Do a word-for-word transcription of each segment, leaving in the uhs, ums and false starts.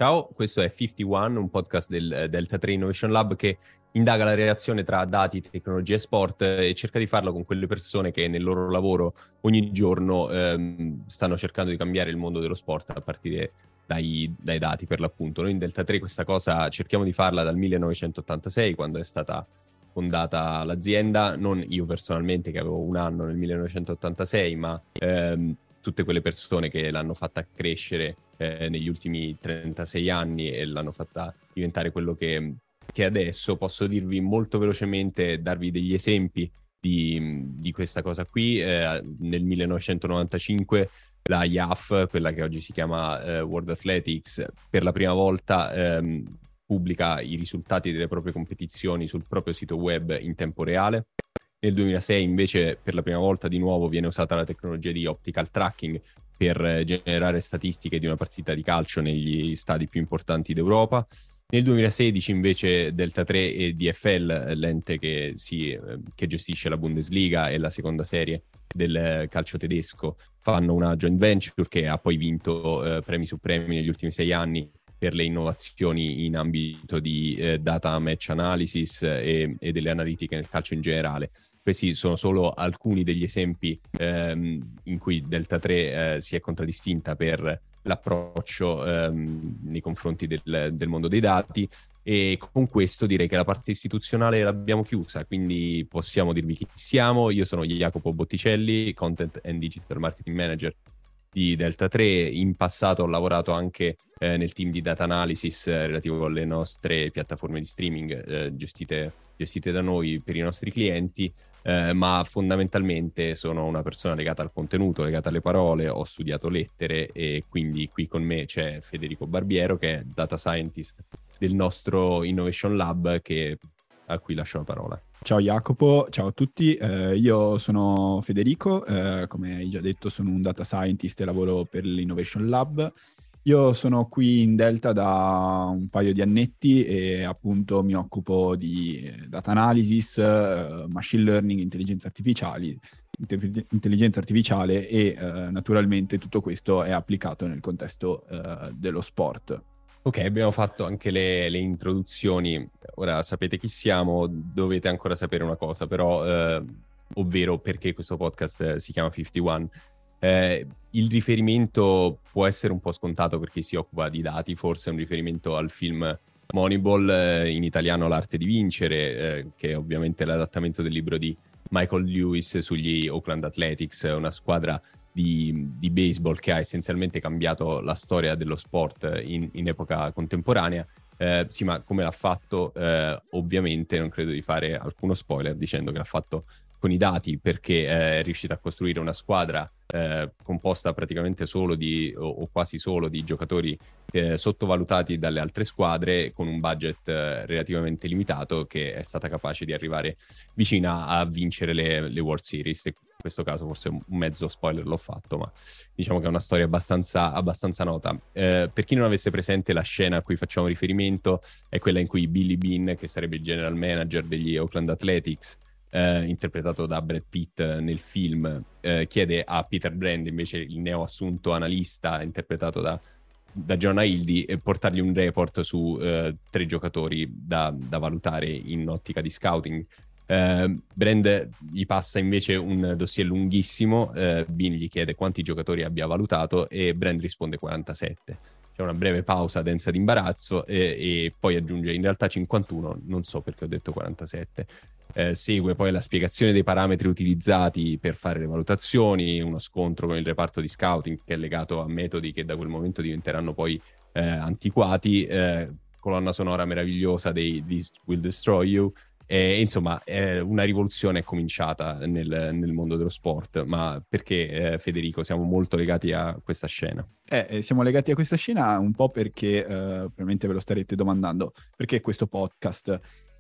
Ciao, questo è cinquantuno, un podcast del Delta tre Innovation Lab che indaga la relazione tra dati, tecnologia e sport e cerca di farlo con quelle persone che nel loro lavoro ogni giorno ehm, stanno cercando di cambiare il mondo dello sport a partire dai, dai dati, per l'appunto. Noi in Delta tre questa cosa cerchiamo di farla dal millenovecentottantasei, quando è stata fondata l'azienda, non io personalmente che avevo un anno nel millenovecentottantasei, ma ehm, tutte quelle persone che l'hanno fatta crescere eh, negli ultimi trentasei anni e l'hanno fatta diventare quello che, che adesso. Posso dirvi molto velocemente, darvi degli esempi di, di questa cosa qui. Eh, nel millenovecentonovantacinque la I A F, quella che oggi si chiama eh, World Athletics, per la prima volta ehm, pubblica i risultati delle proprie competizioni sul proprio sito web in tempo reale. Nel duemilasei invece per la prima volta di nuovo viene usata la tecnologia di optical tracking per generare statistiche di una partita di calcio negli stadi più importanti d'Europa. Nel duemilasedici invece Delta tre e D F L, l'ente che, si, che gestisce la Bundesliga e la seconda serie del calcio tedesco, fanno una joint venture che ha poi vinto eh, premi su premi negli ultimi sei anni per le innovazioni in ambito di eh, data match analysis e, e delle analitiche nel calcio in generale. Questi sono solo alcuni degli esempi ehm, in cui Delta tre eh, si è contraddistinta per l'approccio ehm, nei confronti del, del mondo dei dati, e con questo direi che la parte istituzionale l'abbiamo chiusa, quindi possiamo dirvi chi siamo. Io sono Jacopo Botticelli, Content and Digital Marketing Manager di Delta tre. In passato ho lavorato anche eh, nel team di data analysis eh, relativo alle nostre piattaforme di streaming eh, gestite, gestite da noi per i nostri clienti, eh, ma fondamentalmente sono una persona legata al contenuto, legata alle parole. Ho studiato lettere e quindi qui con me c'è Federico Barbiero, che è data scientist del nostro Innovation Lab, che, a cui lascio la parola. Ciao Jacopo, ciao a tutti, eh, io sono Federico, eh, come hai già detto sono un data scientist e lavoro per l'Innovation Lab. Io sono qui in Delta da un paio di annetti e appunto mi occupo di data analysis, eh, machine learning, intelligenza artificiali, intelligenza artificiale e eh, naturalmente tutto questo è applicato nel contesto eh, dello sport. Ok, abbiamo fatto anche le, le introduzioni. Ora sapete chi siamo, dovete ancora sapere una cosa, però, eh, ovvero perché questo podcast eh, si chiama cinquantuno. Eh, il riferimento può essere un po' scontato per chi si occupa di dati, forse è un riferimento al film Moneyball, eh, in italiano L'arte di vincere, eh, che è ovviamente l'adattamento del libro di Michael Lewis sugli Oakland Athletics, una squadra Di, di baseball che ha essenzialmente cambiato la storia dello sport in, in epoca contemporanea. Eh, sì, ma come l'ha fatto? Eh, ovviamente non credo di fare alcuno spoiler dicendo che l'ha fatto con i dati, perché eh, è riuscita a costruire una squadra eh, composta praticamente solo di, o, o quasi solo di giocatori eh, sottovalutati dalle altre squadre, con un budget eh, relativamente limitato, che è stata capace di arrivare vicina a vincere le, le World Series. In questo caso forse un mezzo spoiler l'ho fatto, ma diciamo che è una storia abbastanza, abbastanza nota. Eh, per chi non avesse presente, la scena a cui facciamo riferimento è quella in cui Billy Beane, che sarebbe il general manager degli Oakland Athletics, eh, interpretato da Brad Pitt nel film, eh, chiede a Peter Brand, invece il neoassunto analista interpretato da, da Jonah Hill, di portargli un report su eh, tre giocatori da, da valutare in ottica di scouting. Uh, Brand gli passa invece un dossier lunghissimo, uh, Bean gli chiede quanti giocatori abbia valutato e Brand risponde quarantasette. C'è una breve pausa densa di imbarazzo e, e poi aggiunge in realtà cinquantuno, non so perché ho detto quarantasette. Uh, segue poi la spiegazione dei parametri utilizzati per fare le valutazioni, uno scontro con il reparto di scouting che è legato a metodi che da quel momento diventeranno poi uh, antiquati, uh, colonna sonora meravigliosa dei This Will Destroy You. E, insomma, eh, una rivoluzione è cominciata nel, nel mondo dello sport. Ma perché, eh, Federico, siamo molto legati a questa scena? Eh, siamo legati a questa scena un po' perché, eh, probabilmente ve lo starete domandando, perché questo podcast?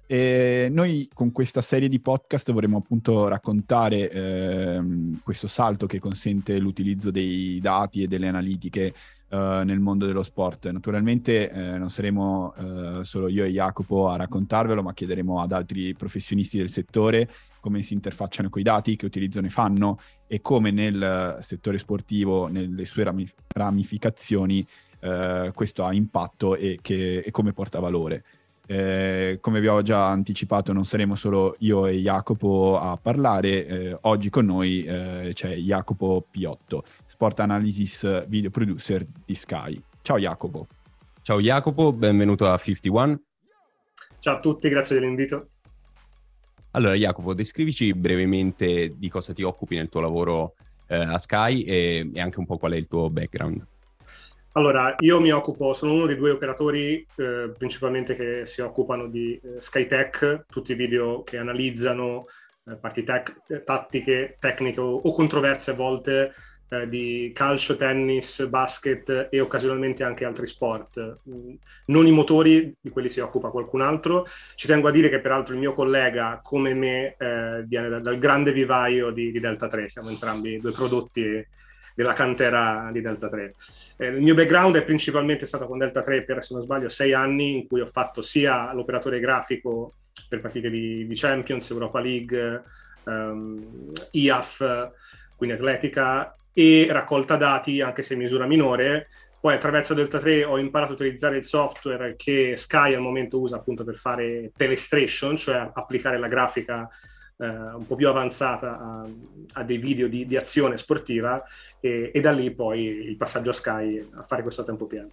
E noi con questa serie di podcast vorremmo appunto raccontare ehm, questo salto che consente l'utilizzo dei dati e delle analitiche uh, nel mondo dello sport. Naturalmente eh, non saremo uh, solo io e Jacopo a raccontarvelo, ma chiederemo ad altri professionisti del settore come si interfacciano coi dati, che utilizzo ne fanno e come nel settore sportivo, nelle sue ramif- ramificazioni, uh, questo ha impatto e, che, e come porta valore. Eh, come vi ho già anticipato, non saremo solo io e Jacopo a parlare. Eh, oggi con noi eh, c'è Jacopo Piotto, Sport Analysis Video Producer di Sky. Ciao Jacopo. Ciao Jacopo, benvenuto a cinquantuno. Ciao a tutti, grazie dell'invito. Allora Jacopo, descrivici brevemente di cosa ti occupi nel tuo lavoro eh, a Sky e, e anche un po' qual è il tuo background. Allora, io mi occupo, sono uno dei due operatori eh, principalmente che si occupano di eh, SkyTech, tutti i video che analizzano eh, parti tec- tattiche, tecniche o, o controverse a volte eh, di calcio, tennis, basket e occasionalmente anche altri sport. Non i motori, di quelli si occupa qualcun altro. Ci tengo a dire che peraltro il mio collega, come me, eh, viene dal, dal grande vivaio di, di Delta tre, siamo entrambi due prodotti della cantera di Delta tre. Eh, il mio background è principalmente stato con Delta tre per, se non sbaglio, sei anni, in cui ho fatto sia l'operatore grafico per partite di, di Champions, Europa League, um, I A F, quindi atletica, e raccolta dati, anche se in misura minore. Poi attraverso Delta tre ho imparato a utilizzare il software che Sky al momento usa appunto per fare telestration, cioè applicare la grafica Uh, un po' più avanzata a, a dei video di, di azione sportiva e, e da lì poi il passaggio a Sky a fare questo a tempo pieno.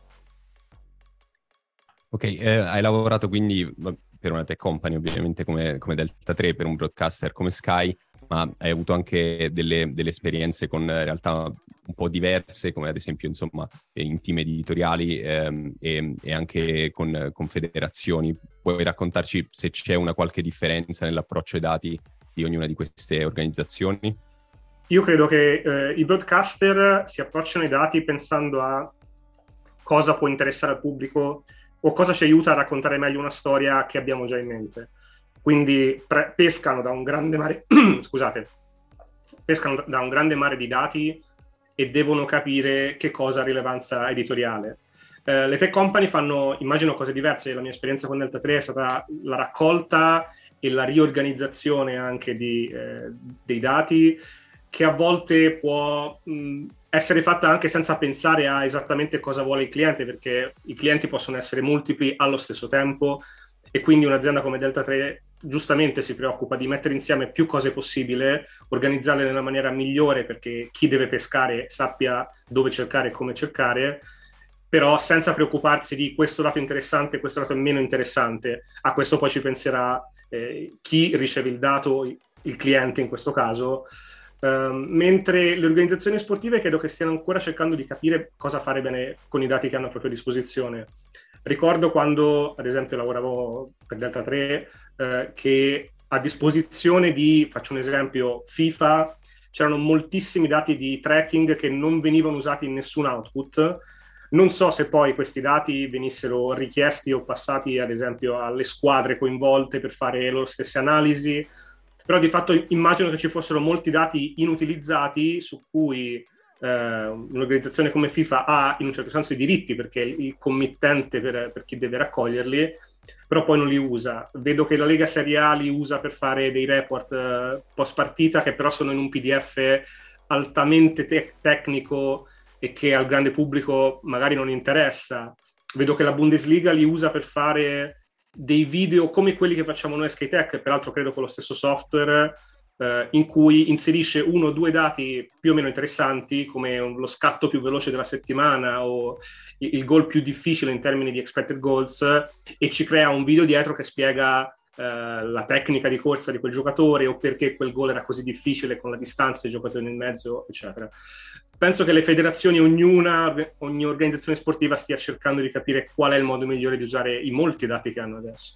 Ok, eh, hai lavorato quindi per una tech company ovviamente come, come Delta tre, per un broadcaster come Sky, ma hai avuto anche delle, delle esperienze con realtà un po' diverse, come ad esempio insomma in team editoriali ehm, e, e anche con, con federazioni. Puoi raccontarci se c'è una qualche differenza nell'approccio ai dati di ognuna di queste organizzazioni? Io credo che eh, i broadcaster si approcciano ai dati pensando a cosa può interessare al pubblico o cosa ci aiuta a raccontare meglio una storia che abbiamo già in mente. Quindi pre- pescano da un grande mare scusate, pescano da un grande mare di dati e devono capire che cosa ha rilevanza editoriale. Eh, le tech company fanno, immagino, cose diverse. La mia esperienza con Delta tre è stata la raccolta e la riorganizzazione anche di, eh, dei dati, che a volte può mh, essere fatta anche senza pensare a esattamente cosa vuole il cliente, perché i clienti possono essere multipli allo stesso tempo e quindi un'azienda come Delta tre giustamente si preoccupa di mettere insieme più cose possibile, organizzarle nella maniera migliore perché chi deve pescare sappia dove cercare e come cercare, però senza preoccuparsi di questo lato interessante e questo lato è meno interessante. A questo poi ci penserà eh, chi riceve il dato, il cliente in questo caso, uh, mentre le organizzazioni sportive credo che stiano ancora cercando di capire cosa fare bene con i dati che hanno a propria disposizione. Ricordo quando, ad esempio, lavoravo per Delta tre, eh, che a disposizione di, faccio un esempio, FIFA, c'erano moltissimi dati di tracking che non venivano usati in nessun output. Non so se poi questi dati venissero richiesti o passati, ad esempio, alle squadre coinvolte per fare le loro stesse analisi, però di fatto immagino che ci fossero molti dati inutilizzati su cui eh, un'organizzazione come FIFA ha in un certo senso i diritti, perché è il committente per, per chi deve raccoglierli, però poi non li usa. Vedo che la Lega Serie A li usa per fare dei report eh, post partita, che però sono in un P D F altamente te- tecnico e che al grande pubblico magari non interessa. Vedo che la Bundesliga li usa per fare dei video come quelli che facciamo noi a SkyTech, peraltro credo con lo stesso software, eh, in cui inserisce uno o due dati più o meno interessanti, come un, lo scatto più veloce della settimana o il, il gol più difficile in termini di expected goals, e ci crea un video dietro che spiega eh, la tecnica di corsa di quel giocatore o perché quel gol era così difficile con la distanza dei giocatori nel mezzo, eccetera. Penso che le federazioni, ognuna, ogni organizzazione sportiva stia cercando di capire qual è il modo migliore di usare i molti dati che hanno adesso.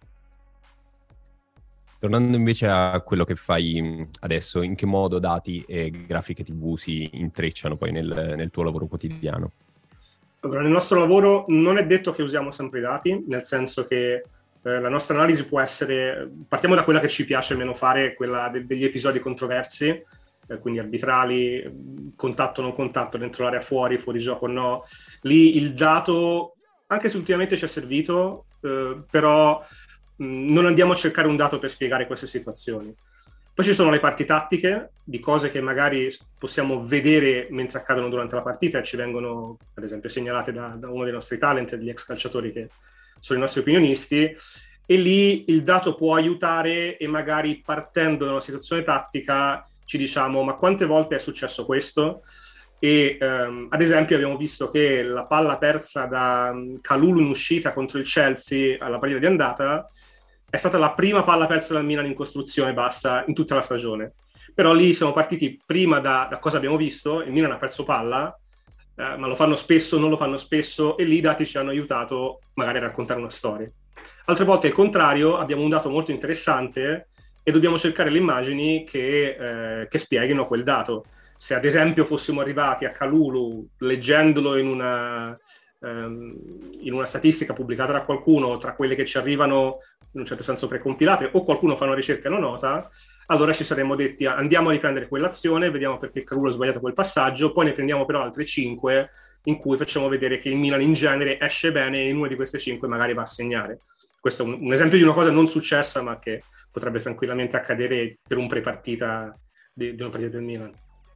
Tornando invece a quello che fai adesso, in che modo dati e grafiche tivù si intrecciano poi nel, nel tuo lavoro quotidiano? Allora, nel nostro lavoro non è detto che usiamo sempre i dati, nel senso che eh, la nostra analisi può essere, partiamo da quella che ci piace meno fare, quella de- degli episodi controversi. eh, quindi arbitrali, contatto o non contatto, dentro l'area fuori, fuori gioco o no. Lì il dato, anche se ultimamente ci è servito, eh, però mh, non andiamo a cercare un dato per spiegare queste situazioni. Poi ci sono le parti tattiche, di cose che magari possiamo vedere mentre accadono durante la partita e ci vengono, ad esempio, segnalate da, da uno dei nostri talent, degli ex calciatori che sono i nostri opinionisti, e lì il dato può aiutare e magari partendo da una situazione tattica ci diciamo ma quante volte è successo questo? E um, ad esempio abbiamo visto che la palla persa da Kalulu in uscita contro il Chelsea alla partita di andata è stata la prima palla persa dal Milan in costruzione bassa in tutta la stagione. Però lì siamo partiti prima da, da cosa abbiamo visto, il Milan ha perso palla, eh, ma lo fanno spesso, non lo fanno spesso, e lì i dati ci hanno aiutato magari a raccontare una storia. Altre volte, al contrario, abbiamo un dato molto interessante e dobbiamo cercare le immagini che, eh, che spieghino quel dato. Se ad esempio fossimo arrivati a Kalulu leggendolo in una, ehm, in una statistica pubblicata da qualcuno, tra quelle che ci arrivano in un certo senso precompilate, o qualcuno fa una ricerca e lo nota, allora ci saremmo detti andiamo a riprendere quell'azione, vediamo perché Kalulu ha sbagliato quel passaggio, poi ne prendiamo però altre cinque in cui facciamo vedere che il Milan in genere esce bene e in una di queste cinque magari va a segnare. Questo è un, un esempio di una cosa non successa ma che potrebbe tranquillamente accadere per un pre-partita di, di una partita del Milan.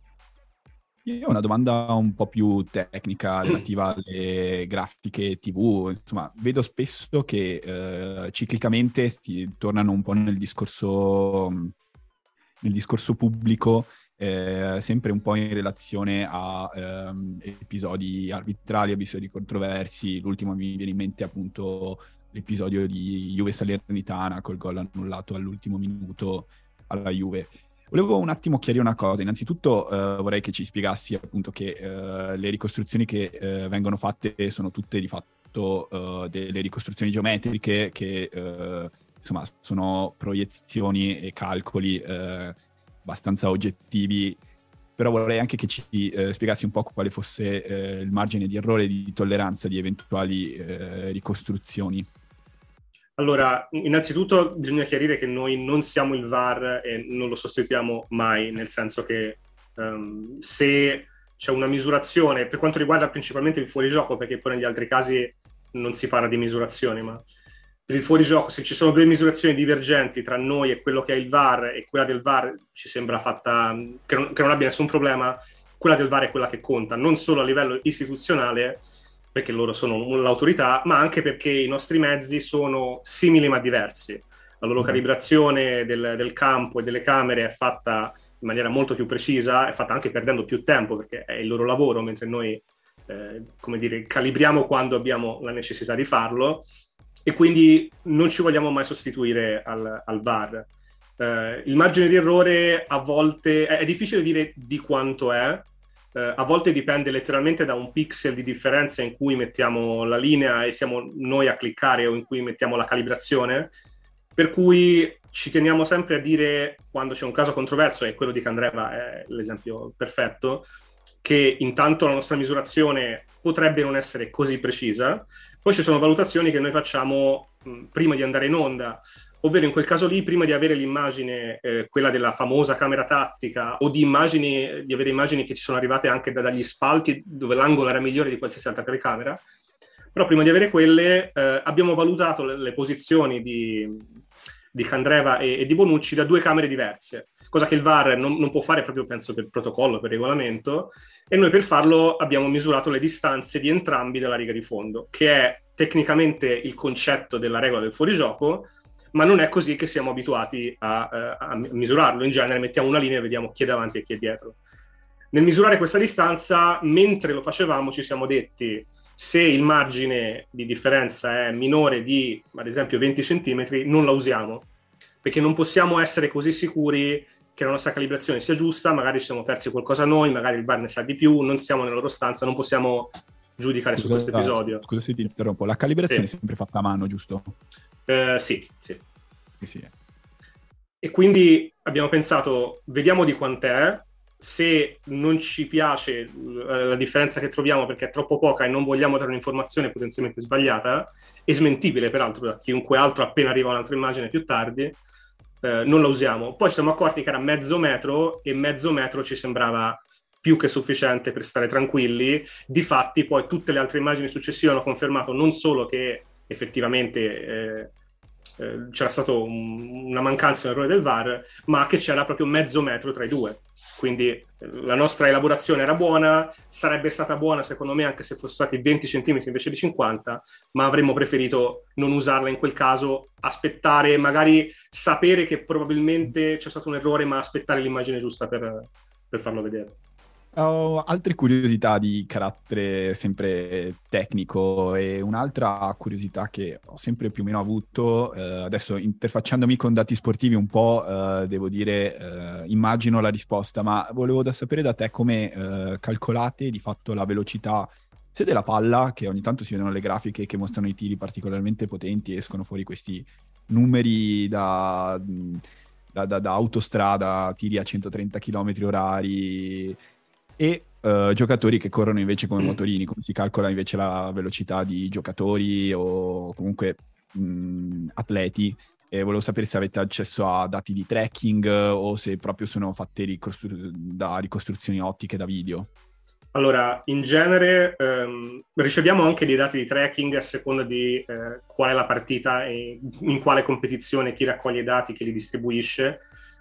Io ho una domanda un po' più tecnica relativa alle grafiche tivù. Insomma, vedo spesso che eh, ciclicamente si tornano un po' nel discorso, nel discorso pubblico, eh, sempre un po' in relazione a ehm, episodi arbitrali, episodi controversi. L'ultimo mi viene in mente appunto l'episodio di Juve Salernitana col gol annullato all'ultimo minuto alla Juve. Volevo un attimo chiarire una cosa. Innanzitutto uh, vorrei che ci spiegassi appunto che uh, le ricostruzioni che uh, vengono fatte sono tutte di fatto uh, delle ricostruzioni geometriche che uh, insomma sono proiezioni e calcoli uh, abbastanza oggettivi, però vorrei anche che ci uh, spiegassi un po' quale fosse uh, il margine di errore e di tolleranza di eventuali uh, ricostruzioni. Allora, innanzitutto bisogna chiarire che noi non siamo il V A R e non lo sostituiamo mai, nel senso che um, se c'è una misurazione, per quanto riguarda principalmente il fuorigioco, perché poi negli altri casi non si parla di misurazioni, ma per il fuorigioco, se ci sono due misurazioni divergenti tra noi e quello che è il V A R e quella del V A R ci sembra fatta, che non, che non abbia nessun problema, quella del V A R è quella che conta, non solo a livello istituzionale, perché loro sono l'autorità, ma anche perché i nostri mezzi sono simili ma diversi. La loro calibrazione del, del campo e delle camere è fatta in maniera molto più precisa, è fatta anche perdendo più tempo, perché è il loro lavoro, mentre noi, eh, come dire, calibriamo quando abbiamo la necessità di farlo, e quindi non ci vogliamo mai sostituire al, al V A R. Eh, il margine di errore a volte, è, è difficile dire di quanto è, Uh, a volte dipende letteralmente da un pixel di differenza in cui mettiamo la linea e siamo noi a cliccare o in cui mettiamo la calibrazione, per cui ci teniamo sempre a dire, quando c'è un caso controverso, e quello di Candreva è l'esempio perfetto, che intanto la nostra misurazione potrebbe non essere così precisa, poi ci sono valutazioni che noi facciamo mh, prima di andare in onda, ovvero in quel caso lì, prima di avere l'immagine, eh, quella della famosa camera tattica, o di immagini, di avere immagini che ci sono arrivate anche da, dagli spalti, dove l'angolo era migliore di qualsiasi altra telecamera, però prima di avere quelle eh, abbiamo valutato le, le posizioni di, di Candreva e, e di Bonucci da due camere diverse, cosa che il V A R non, non può fare proprio, penso, per protocollo, per regolamento, e noi per farlo abbiamo misurato le distanze di entrambi dalla riga di fondo, che è tecnicamente il concetto della regola del fuorigioco, ma non è così che siamo abituati a, a misurarlo. In genere mettiamo una linea e vediamo chi è davanti e chi è dietro. Nel misurare questa distanza, mentre lo facevamo, ci siamo detti se il margine di differenza è minore di, ad esempio, venti centimetri, non la usiamo, perché non possiamo essere così sicuri che la nostra calibrazione sia giusta, magari ci siamo persi qualcosa noi, magari il V A R ne sa di più, non siamo nella loro stanza, non possiamo giudicare scusa, su questo episodio. Scusa se ti interrompo, la calibrazione sì. È sempre fatta a mano, giusto? Uh, sì, sì. sì. E quindi abbiamo pensato, vediamo di quant'è, se non ci piace uh, la differenza che troviamo perché è troppo poca e non vogliamo dare un'informazione potenzialmente sbagliata, e smentibile peraltro da chiunque altro appena arriva un'altra immagine più tardi, eh, non la usiamo. Poi ci siamo accorti che era mezzo metro e mezzo metro ci sembrava più che sufficiente per stare tranquilli. Difatti poi tutte le altre immagini successive hanno confermato non solo che effettivamente eh, eh, c'era stata un, una mancanza, un errore del V A R, ma che c'era proprio mezzo metro tra i due. Quindi eh, la nostra elaborazione era buona, sarebbe stata buona secondo me anche se fossero stati venti centimetri invece di cinquanta, ma avremmo preferito non usarla in quel caso, aspettare, magari sapere che probabilmente c'è stato un errore, ma aspettare l'immagine giusta per, per farlo vedere. Ho altre curiosità di carattere sempre tecnico e un'altra curiosità che ho sempre più o meno avuto, eh, adesso interfacciandomi con dati sportivi un po', eh, devo dire, eh, immagino la risposta, ma volevo da sapere da te come eh, calcolate di fatto la velocità sia della palla, che ogni tanto si vedono le grafiche che mostrano i tiri particolarmente potenti, escono fuori questi numeri da, da, da, da autostrada, tiri a centotrenta chilometri orari, e uh, giocatori che corrono invece come motorini, come si calcola invece la velocità di giocatori o comunque mh, atleti, e volevo sapere se avete accesso a dati di tracking o se proprio sono fatte ricostru- da ricostruzioni ottiche da video. Allora, in genere ehm, riceviamo anche dei dati di tracking a seconda di eh, qual è la partita e in quale competizione, chi raccoglie i dati, chi li distribuisce.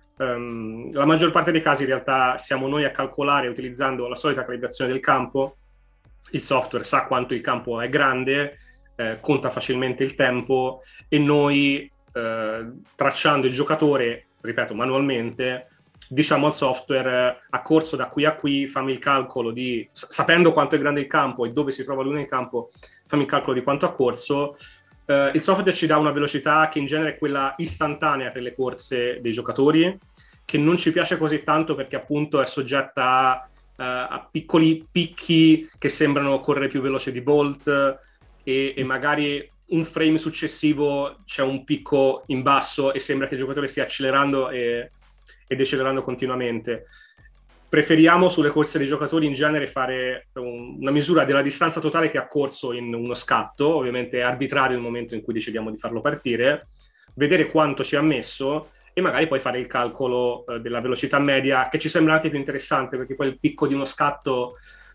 Um, la maggior parte dei casi in realtà siamo noi a calcolare utilizzando la solita calibrazione del campo. Il software sa quanto il campo è grande, eh, conta facilmente il tempo e noi eh, tracciando il giocatore, ripeto, manualmente, diciamo al software a corso da qui a qui, fammi il calcolo di, sapendo quanto è grande il campo e dove si trova lui nel campo, fammi il calcolo di quanto ha corso. Uh, il software ci dà una velocità che in genere è quella istantanea per le corse dei giocatori, che non ci piace così tanto perché appunto è soggetta a, uh, a piccoli picchi che sembrano correre più veloce di Bolt e, e magari un frame successivo c'è un picco in basso e sembra che il giocatore stia accelerando e, e decelerando continuamente. Preferiamo sulle corse dei giocatori in genere fare un, una misura della distanza totale che ha corso in uno scatto, ovviamente è arbitrario il momento in cui decidiamo di farlo partire, vedere quanto ci ha messo e magari poi fare il calcolo eh, della velocità media, che ci sembra anche più interessante perché poi il picco di uno scatto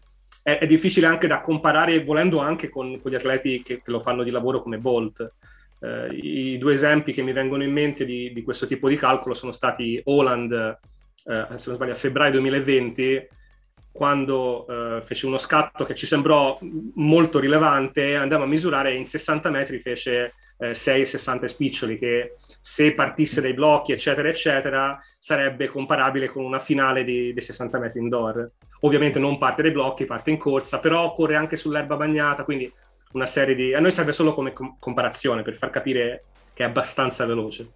è, è difficile anche da comparare, volendo anche con, con gli atleti che, che lo fanno di lavoro come Bolt. Eh, I due esempi che mi vengono in mente di, di questo tipo di calcolo sono stati Haaland, Uh, se non sbaglio a febbraio duemilaventi, quando uh, fece uno scatto che ci sembrò molto rilevante, andiamo a misurare e in sessanta metri fece uh, sei virgola sessanta spiccioli, che se partisse dai blocchi eccetera eccetera sarebbe comparabile con una finale di, di sessanta metri indoor. Ovviamente non parte dai blocchi, parte in corsa, però corre anche sull'erba bagnata, quindi una serie di... a noi serve solo come com- comparazione per far capire che è abbastanza veloce.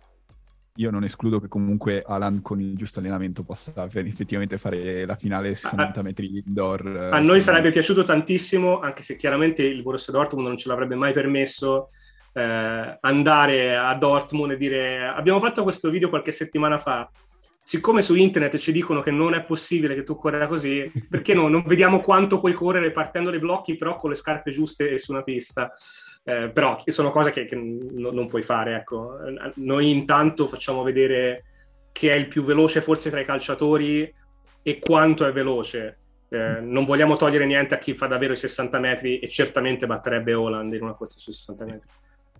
Io non escludo che comunque Alan con il giusto allenamento possa effettivamente fare la finale sessanta metri indoor. A noi sarebbe piaciuto tantissimo, anche se chiaramente il Borussia Dortmund non ce l'avrebbe mai permesso, eh, andare a Dortmund e dire abbiamo fatto questo video qualche settimana fa, siccome su internet ci dicono che non è possibile che tu corra così, perché no, non vediamo quanto puoi correre partendo dai blocchi però con le scarpe giuste e su una pista. Eh, però sono cose che, che n- non puoi fare, ecco. Noi intanto facciamo vedere che è il più veloce forse tra i calciatori e quanto è veloce. Eh, non vogliamo togliere niente a chi fa davvero i sessanta metri e certamente batterebbe Haaland in una corsa sui sessanta metri.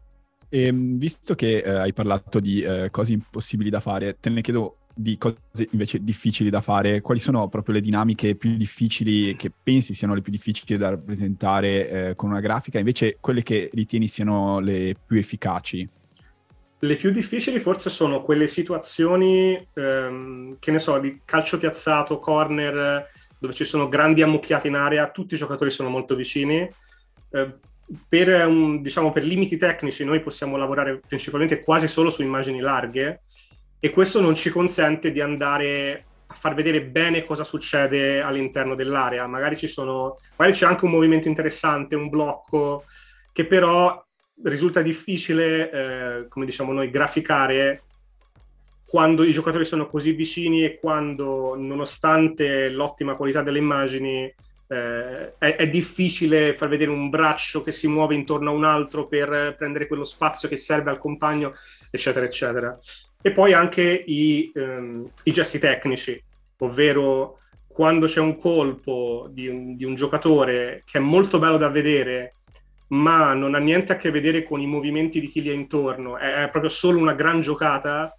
E, visto che eh, hai parlato di eh, cose impossibili da fare, te ne chiedo di cose invece difficili da fare. Quali sono proprio le dinamiche più difficili che pensi siano le più difficili da rappresentare eh, con una grafica, invece quelle che ritieni siano le più efficaci? Le più difficili forse sono quelle situazioni, ehm, che ne so, di calcio piazzato, corner, dove ci sono grandi ammucchiate in area, tutti i giocatori sono molto vicini. Eh, per, um, diciamo, per limiti tecnici noi possiamo lavorare principalmente quasi solo su immagini larghe, e questo non ci consente di andare a far vedere bene cosa succede all'interno dell'area. Magari ci sono, magari c'è anche un movimento interessante, un blocco, che però risulta difficile, eh, come diciamo noi, graficare quando i giocatori sono così vicini e quando, nonostante l'ottima qualità delle immagini, eh, è, è difficile far vedere un braccio che si muove intorno a un altro per prendere quello spazio che serve al compagno, eccetera, eccetera. E poi anche i, ehm, i gesti tecnici, ovvero quando c'è un colpo di un, di un giocatore che è molto bello da vedere, ma non ha niente a che vedere con i movimenti di chi gli è intorno, è, è proprio solo una gran giocata,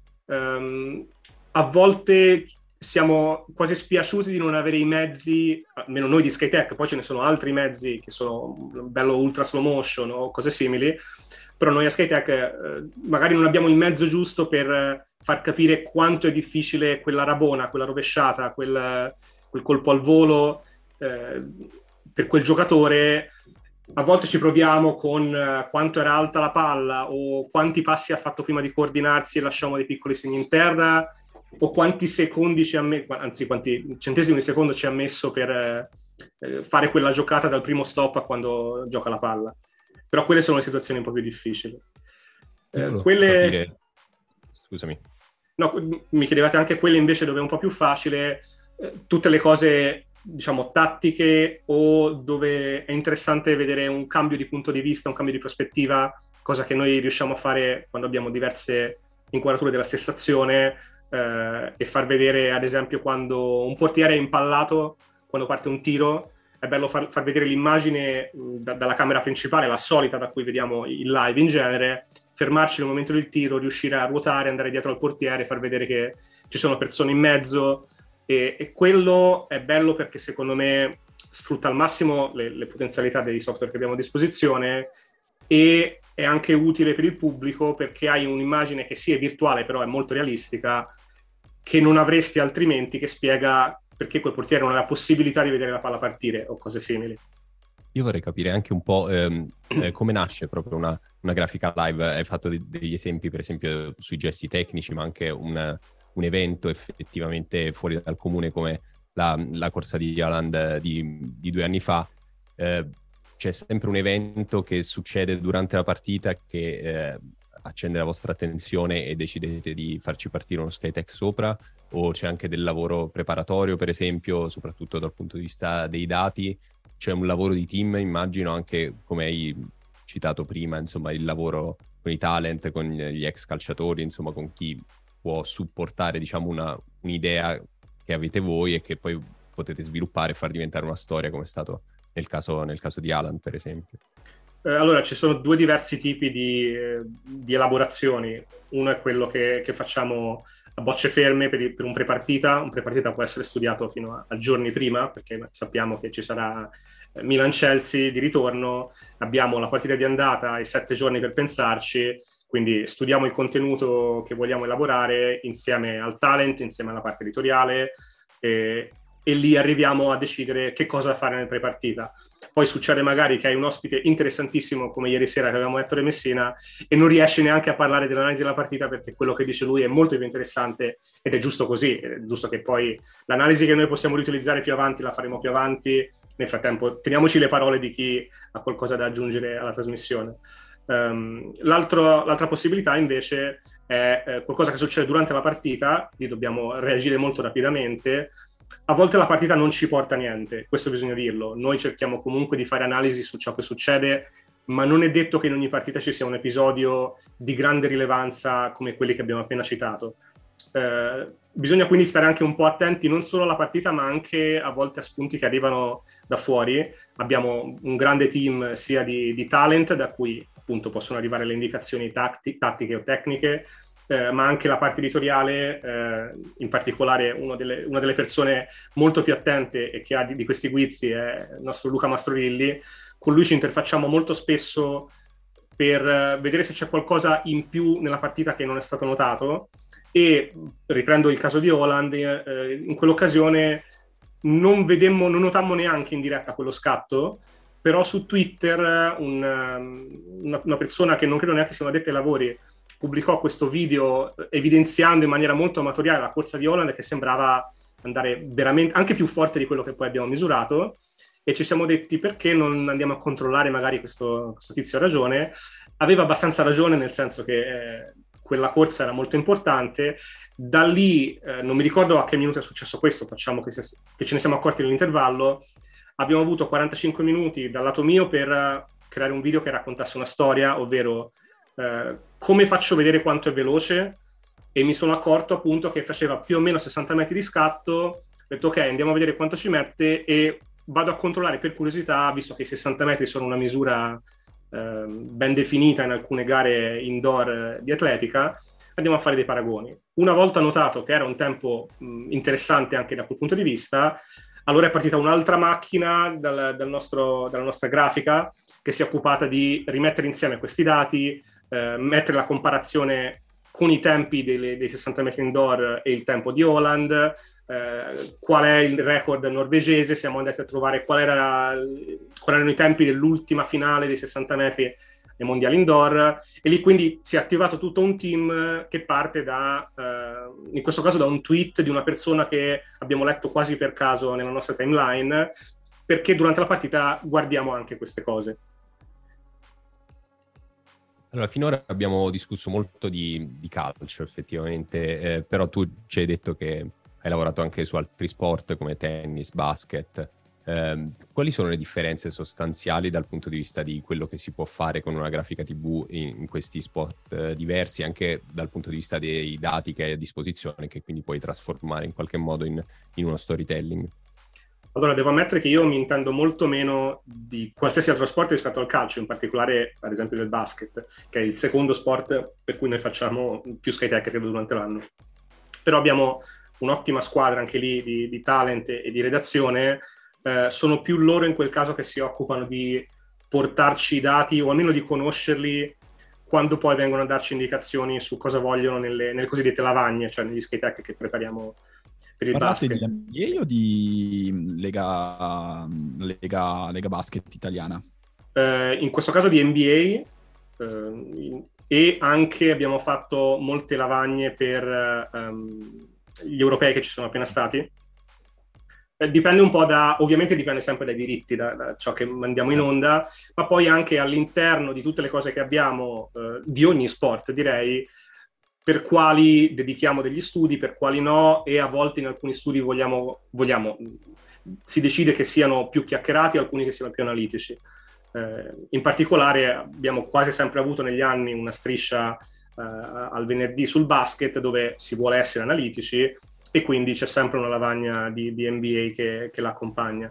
ehm, a volte siamo quasi spiaciuti di non avere i mezzi, almeno noi di SkyTech, poi ce ne sono altri mezzi che sono bello ultra slow motion o cose simili, però noi a SkyTech eh, magari non abbiamo il mezzo giusto per far capire quanto è difficile quella rabona, quella rovesciata, quel, quel colpo al volo eh, per quel giocatore. A volte ci proviamo con uh, quanto era alta la palla o quanti passi ha fatto prima di coordinarsi e lasciamo dei piccoli segni in terra, o quanti secondi ci ha messo, anzi quanti centesimi di secondo ci ha messo per eh, fare quella giocata dal primo stop a quando gioca la palla. Però quelle sono le situazioni un po' più difficili. Eh, quelle... capire... Scusami. No, mi chiedevate anche quelle invece dove è un po' più facile, eh, tutte le cose diciamo tattiche o dove è interessante vedere un cambio di punto di vista, un cambio di prospettiva, cosa che noi riusciamo a fare quando abbiamo diverse inquadrature della stessa azione, eh, e far vedere ad esempio quando un portiere è impallato, quando parte un tiro, è bello far, far vedere l'immagine da, dalla camera principale, la solita da cui vediamo il live in genere, fermarci nel momento del tiro, riuscire a ruotare, andare dietro al portiere, far vedere che ci sono persone in mezzo. E, e quello è bello perché secondo me sfrutta al massimo le, le potenzialità dei software che abbiamo a disposizione, e è anche utile per il pubblico perché hai un'immagine che sì è virtuale però è molto realistica, che non avresti altrimenti, che spiega perché quel portiere non ha la possibilità di vedere la palla partire o cose simili. Io vorrei capire anche un po' ehm, eh, come nasce proprio una, una grafica live. Hai fatto de- degli esempi per esempio sui gesti tecnici, ma anche un un evento effettivamente fuori dal comune come la, la corsa di Haaland di, di due anni fa. Eh, c'è sempre un evento che succede durante la partita che eh, accende la vostra attenzione e decidete di farci partire uno SkyTech sopra, o c'è anche del lavoro preparatorio per esempio, soprattutto dal punto di vista dei dati? C'è un lavoro di team, immagino, anche come hai citato prima, insomma il lavoro con i talent, con gli ex calciatori, insomma con chi può supportare diciamo una, un'idea che avete voi e che poi potete sviluppare e far diventare una storia, come è stato nel caso, nel caso di Haaland per esempio. Eh, allora ci sono due diversi tipi di, eh, di elaborazioni. Uno è quello che, che facciamo a bocce ferme per, per un prepartita. Un prepartita può essere studiato fino a, a giorni prima, perché sappiamo che ci sarà Milan-Chelsea di ritorno, abbiamo la partita di andata e sette giorni per pensarci. Quindi studiamo il contenuto che vogliamo elaborare insieme al talent, insieme alla parte editoriale, e, e lì arriviamo a decidere che cosa fare nel prepartita. Poi succede magari che hai un ospite interessantissimo come ieri sera che avevamo Ettore Messina e non riesce neanche a parlare dell'analisi della partita perché quello che dice lui è molto più interessante, ed è giusto così, è giusto che poi l'analisi che noi possiamo riutilizzare più avanti la faremo più avanti. Nel frattempo teniamoci le parole di chi ha qualcosa da aggiungere alla trasmissione. Um, l'altro, l'altra possibilità invece è eh, qualcosa che succede durante la partita, lì dobbiamo reagire molto rapidamente. A volte la partita non ci porta a niente, questo bisogna dirlo, noi cerchiamo comunque di fare analisi su ciò che succede, ma non è detto che in ogni partita ci sia un episodio di grande rilevanza come quelli che abbiamo appena citato. Eh, bisogna quindi stare anche un po' attenti non solo alla partita ma anche a volte a spunti che arrivano da fuori. Abbiamo un grande team sia di, di talent da cui appunto possono arrivare le indicazioni tatti, tattiche o tecniche, eh, ma anche la parte editoriale, eh, in particolare uno delle, una delle persone molto più attente e che ha di, di questi guizzi è il nostro Luca Mastrovilli. Con lui ci interfacciamo molto spesso per uh, vedere se c'è qualcosa in più nella partita che non è stato notato, e riprendo il caso di Haaland, eh, in quell'occasione non vedemmo, non notammo neanche in diretta quello scatto, però su Twitter un, una, una persona che non credo neanche sia una addetta ai lavori pubblicò questo video evidenziando in maniera molto amatoriale la corsa di Haaland, che sembrava andare veramente anche più forte di quello che poi abbiamo misurato, e ci siamo detti perché non andiamo a controllare magari questo, questo tizio ha ragione. Aveva abbastanza ragione, nel senso che eh, quella corsa era molto importante. Da lì eh, non mi ricordo a che minuto è successo questo, facciamo che, se, che ce ne siamo accorti nell'intervallo. Abbiamo avuto quarantacinque minuti dal lato mio per creare un video che raccontasse una storia, ovvero eh, come faccio vedere quanto è veloce, e mi sono accorto appunto che faceva più o meno sessanta metri di scatto. Ho detto ok, andiamo a vedere quanto ci mette e vado a controllare per curiosità, visto che i sessanta metri sono una misura eh, ben definita in alcune gare indoor di atletica, andiamo a fare dei paragoni. Una volta notato che era un tempo mh, interessante anche da quel punto di vista, allora è partita un'altra macchina dal, dal nostro, dalla nostra grafica che si è occupata di rimettere insieme questi dati, eh, mettere la comparazione con i tempi delle, dei sessanta metri indoor e il tempo di Holland, eh, qual è il record norvegese, siamo andati a trovare qual era, quali erano i tempi dell'ultima finale dei sessanta metri nei mondiali indoor, e lì quindi si è attivato tutto un team che parte da, eh, in questo caso da un tweet di una persona che abbiamo letto quasi per caso nella nostra timeline, perché durante la partita guardiamo anche queste cose. Allora, finora abbiamo discusso molto di, di calcio effettivamente, eh, però tu ci hai detto che hai lavorato anche su altri sport come tennis, basket. Eh, quali sono le differenze sostanziali dal punto di vista di quello che si può fare con una grafica tivù in, in questi sport eh, diversi, anche dal punto di vista dei dati che hai a disposizione, che quindi puoi trasformare in qualche modo in, in uno storytelling? Allora, devo ammettere che io mi intendo molto meno di qualsiasi altro sport rispetto al calcio, in particolare, ad esempio, del basket, che è il secondo sport per cui noi facciamo più SkyTech, credo, durante l'anno. Però abbiamo un'ottima squadra anche lì di, di talent e di redazione. Eh, sono più loro in quel caso che si occupano di portarci i dati, o almeno di conoscerli, quando poi vengono a darci indicazioni su cosa vogliono nelle, nelle cosiddette lavagne, cioè negli SkyTech che prepariamo per il Parlate basket. di N B A o di Lega, Lega, Lega Basket italiana? Eh, in questo caso di N B A, eh, e anche abbiamo fatto molte lavagne per um, gli europei che ci sono appena stati. Eh, dipende un po' da, ovviamente dipende sempre dai diritti, da, da ciò che mandiamo in onda, ma poi anche all'interno di tutte le cose che abbiamo, eh, di ogni sport direi, per quali dedichiamo degli studi, per quali no, e a volte in alcuni studi vogliamo, vogliamo si decide che siano più chiacchierati, alcuni che siano più analitici. Eh, in particolare abbiamo quasi sempre avuto negli anni una striscia eh, al venerdì sul basket dove si vuole essere analitici, e quindi c'è sempre una lavagna di, di N B A che, che l'accompagna.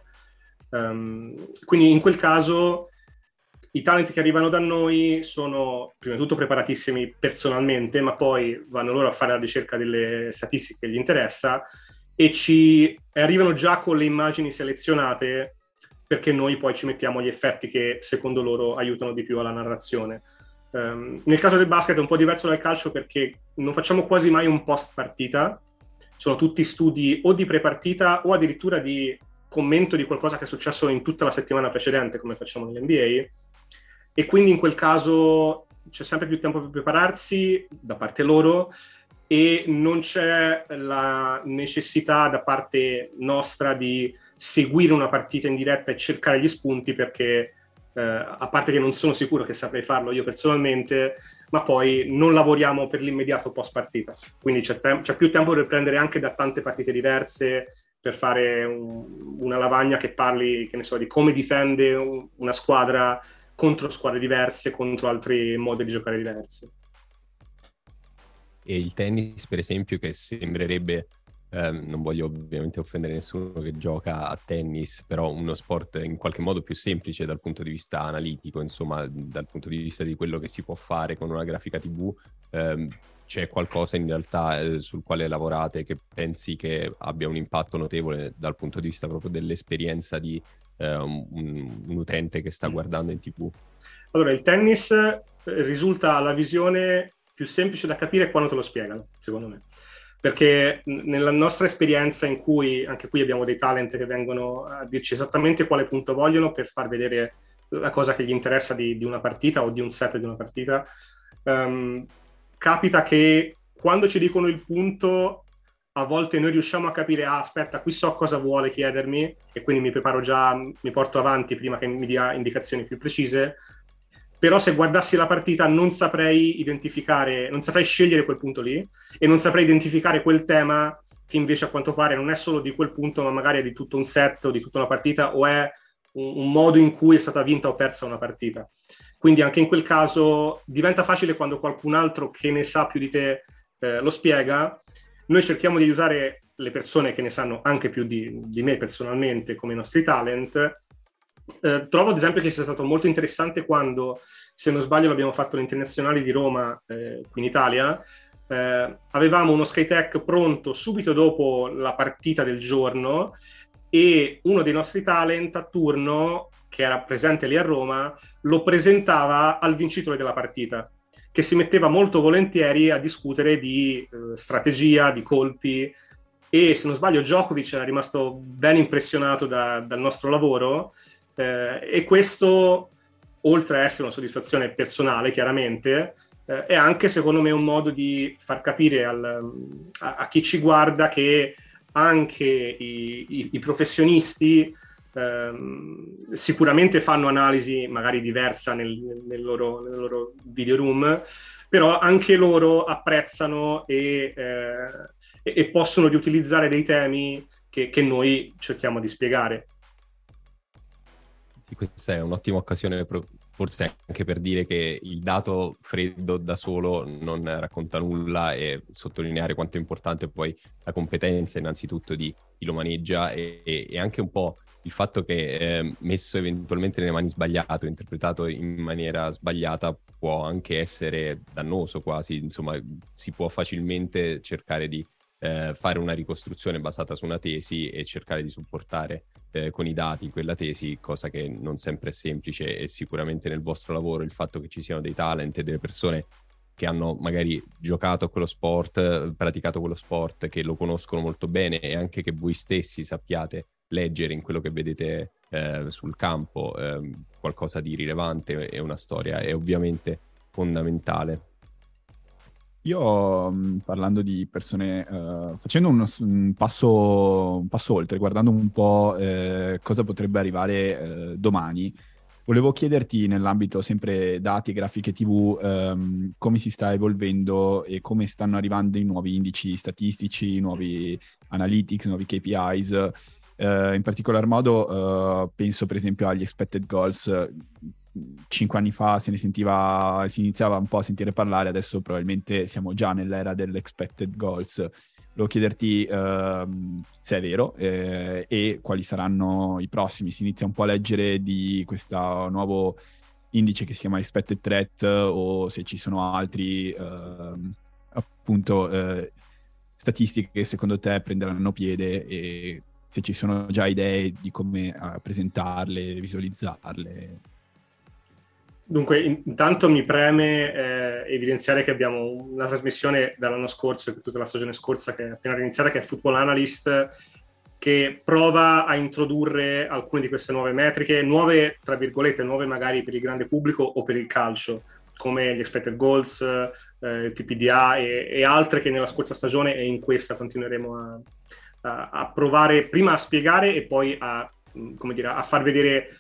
Um, quindi in quel caso i talent che arrivano da noi sono prima di tutto preparatissimi personalmente, ma poi vanno loro a fare la ricerca delle statistiche che gli interessa e ci arrivano già con le immagini selezionate, perché noi poi ci mettiamo gli effetti che secondo loro aiutano di più alla narrazione. Um, nel caso del basket è un po' diverso dal calcio perché non facciamo quasi mai un post partita, sono tutti studi o di pre-partita o addirittura di commento di qualcosa che è successo in tutta la settimana precedente, come facciamo nell'N B A. E quindi in quel caso c'è sempre più tempo per prepararsi da parte loro e non c'è la necessità da parte nostra di seguire una partita in diretta e cercare gli spunti, perché eh, a parte che non sono sicuro che saprei farlo io personalmente, ma poi non lavoriamo per l'immediato post partita, quindi c'è, tem- c'è più tempo per prendere anche da tante partite diverse per fare un- una lavagna che parli, che ne so, di come difende un- una squadra contro squadre diverse, contro altri modi di giocare diversi. E il tennis, per esempio, che sembrerebbe, eh, non voglio ovviamente offendere nessuno che gioca a tennis, però uno sport in qualche modo più semplice dal punto di vista analitico, insomma, dal punto di vista di quello che si può fare con una grafica tivù, ehm, c'è qualcosa in realtà eh, sul quale lavorate che pensi che abbia un impatto notevole dal punto di vista proprio dell'esperienza di eh, un, un utente che sta guardando in tivù? Allora, il tennis risulta la visione più semplice da capire quando te lo spiegano, secondo me. Perché nella nostra esperienza, in cui anche qui abbiamo dei talent che vengono a dirci esattamente quale punto vogliono per far vedere la cosa che gli interessa di, di una partita o di un set di una partita, um, capita che quando ci dicono il punto, a volte noi riusciamo a capire, ah, aspetta, qui so cosa vuole chiedermi, e quindi mi preparo già, mi porto avanti prima che mi dia indicazioni più precise. Però se guardassi la partita non saprei identificare, non saprei scegliere quel punto lì, e non saprei identificare quel tema che invece a quanto pare non è solo di quel punto, ma magari è di tutto un set o di tutta una partita, o è un, un modo in cui è stata vinta o persa una partita. Quindi anche in quel caso diventa facile quando qualcun altro che ne sa più di te eh, lo spiega. Noi cerchiamo di aiutare le persone che ne sanno anche più di, di me personalmente, come i nostri talent. Eh, trovo ad esempio che sia stato molto interessante quando, se non sbaglio, l'abbiamo fatto alle internazionali di Roma, eh, qui in Italia. Eh, avevamo uno Skytech pronto subito dopo la partita del giorno e uno dei nostri talent a turno, che era presente lì a Roma, lo presentava al vincitore della partita, che si metteva molto volentieri a discutere di eh, strategia, di colpi, e se non sbaglio Djokovic era rimasto ben impressionato da, dal nostro lavoro, eh, e questo, oltre a essere una soddisfazione personale chiaramente, eh, è anche secondo me un modo di far capire al, a, a chi ci guarda che anche i, i, i professionisti ehm, sicuramente fanno analisi magari diversa nel, nel, loro, nel loro video room, però anche loro apprezzano e, eh, e, e possono riutilizzare dei temi che, che noi cerchiamo di spiegare. Sì, questa è un'ottima occasione forse anche per dire che il dato freddo da solo non racconta nulla, e sottolineare quanto è importante poi la competenza innanzitutto di chi lo maneggia, e, e, e anche un po' il fatto che eh, messo eventualmente nelle mani sbagliate o interpretato in maniera sbagliata può anche essere dannoso quasi, insomma si può facilmente cercare di eh, fare una ricostruzione basata su una tesi e cercare di supportare eh, con i dati quella tesi, cosa che non sempre è semplice. E sicuramente nel vostro lavoro il fatto che ci siano dei talent e delle persone che hanno magari giocato a quello sport, praticato quello sport, che lo conoscono molto bene, e anche che voi stessi sappiate leggere in quello che vedete eh, sul campo eh, qualcosa di rilevante e una storia, è ovviamente fondamentale. Io, parlando di persone, uh, facendo uno, un, passo, un passo oltre, guardando un po' eh, cosa potrebbe arrivare eh, domani, volevo chiederti, nell'ambito sempre dati, grafiche tivù, um, come si sta evolvendo e come stanno arrivando i nuovi indici statistici, nuovi analytics, nuovi K P Is. Uh, in particolar modo uh, penso per esempio agli expected goals. Cinque anni fa se ne sentiva, si iniziava un po' a sentire parlare, adesso probabilmente siamo già nell'era dell'expected goals. Volevo chiederti uh, se è vero eh, e quali saranno i prossimi. Si inizia un po' a leggere di questo nuovo indice che si chiama expected threat, o se ci sono altri uh, appunto uh, statistiche che secondo te prenderanno piede, e se ci sono già idee di come uh, presentarle, visualizzarle. Dunque, intanto mi preme eh, evidenziare che abbiamo una trasmissione dall'anno scorso, e tutta la stagione scorsa che è appena iniziata, che è Football Analyst, che prova a introdurre alcune di queste nuove metriche, nuove tra virgolette, nuove magari per il grande pubblico o per il calcio, come gli expected goals, eh, il P P D A e, e altre che nella scorsa stagione e in questa continueremo a, a, a provare prima a spiegare e poi a, come dire, a far vedere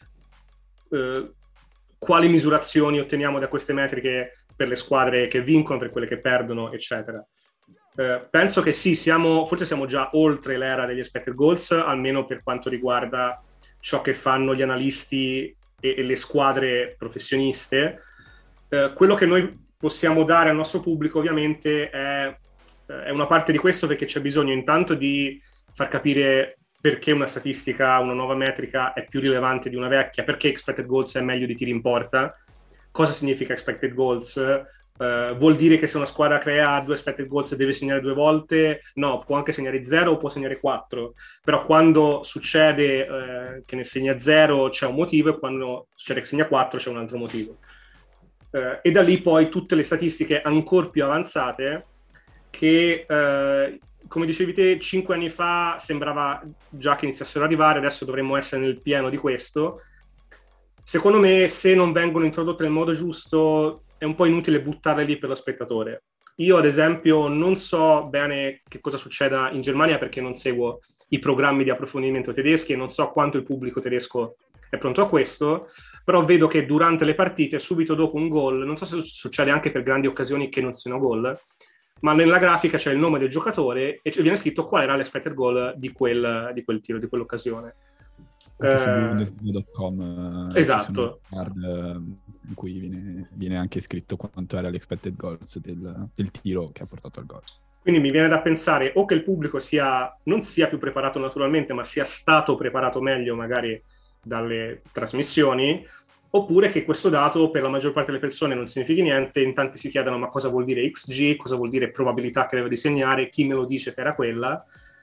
eh, quali misurazioni otteniamo da queste metriche per le squadre che vincono, per quelle che perdono, eccetera. Eh, penso che sì, siamo, forse siamo già oltre l'era degli expected goals, almeno per quanto riguarda ciò che fanno gli analisti e, e le squadre professioniste. Eh, quello che noi possiamo dare al nostro pubblico ovviamente è, è una parte di questo, perché c'è bisogno intanto di far capire perché una statistica, una nuova metrica è più rilevante di una vecchia, perché expected goals è meglio di tiri in porta, cosa significa expected goals, uh, vuol dire che se una squadra crea due expected goals deve segnare due volte? No, può anche segnare zero o può segnare quattro, però quando succede uh, che ne segna zero c'è un motivo, e quando succede che segna quattro c'è un altro motivo. Uh, e da lì poi tutte le statistiche ancora più avanzate che... Uh, come dicevi te, cinque anni fa sembrava già che iniziassero ad arrivare, adesso dovremmo essere nel pieno di questo. Secondo me, se non vengono introdotte nel modo giusto, è un po' inutile buttarle lì per lo spettatore. Io, ad esempio, non so bene che cosa succeda in Germania, perché non seguo i programmi di approfondimento tedeschi e non so quanto il pubblico tedesco è pronto a questo, però vedo che durante le partite, subito dopo un gol, non so se succede anche per grandi occasioni che non siano gol, ma nella grafica c'è il nome del giocatore e viene scritto qual era l'expected goal di quel, di quel tiro, di quell'occasione. Anche su Bundesliga punto com eh, esatto. Card, eh, in cui viene, viene anche scritto quanto era l'expected goals del, del tiro che ha portato al gol. Quindi mi viene da pensare o che il pubblico sia non sia più preparato naturalmente, ma sia stato preparato meglio magari dalle trasmissioni, oppure che questo dato per la maggior parte delle persone non significhi niente, in tanti si chiedono ma cosa vuol dire X G, cosa vuol dire probabilità che deve disegnare, chi me lo dice che era quella,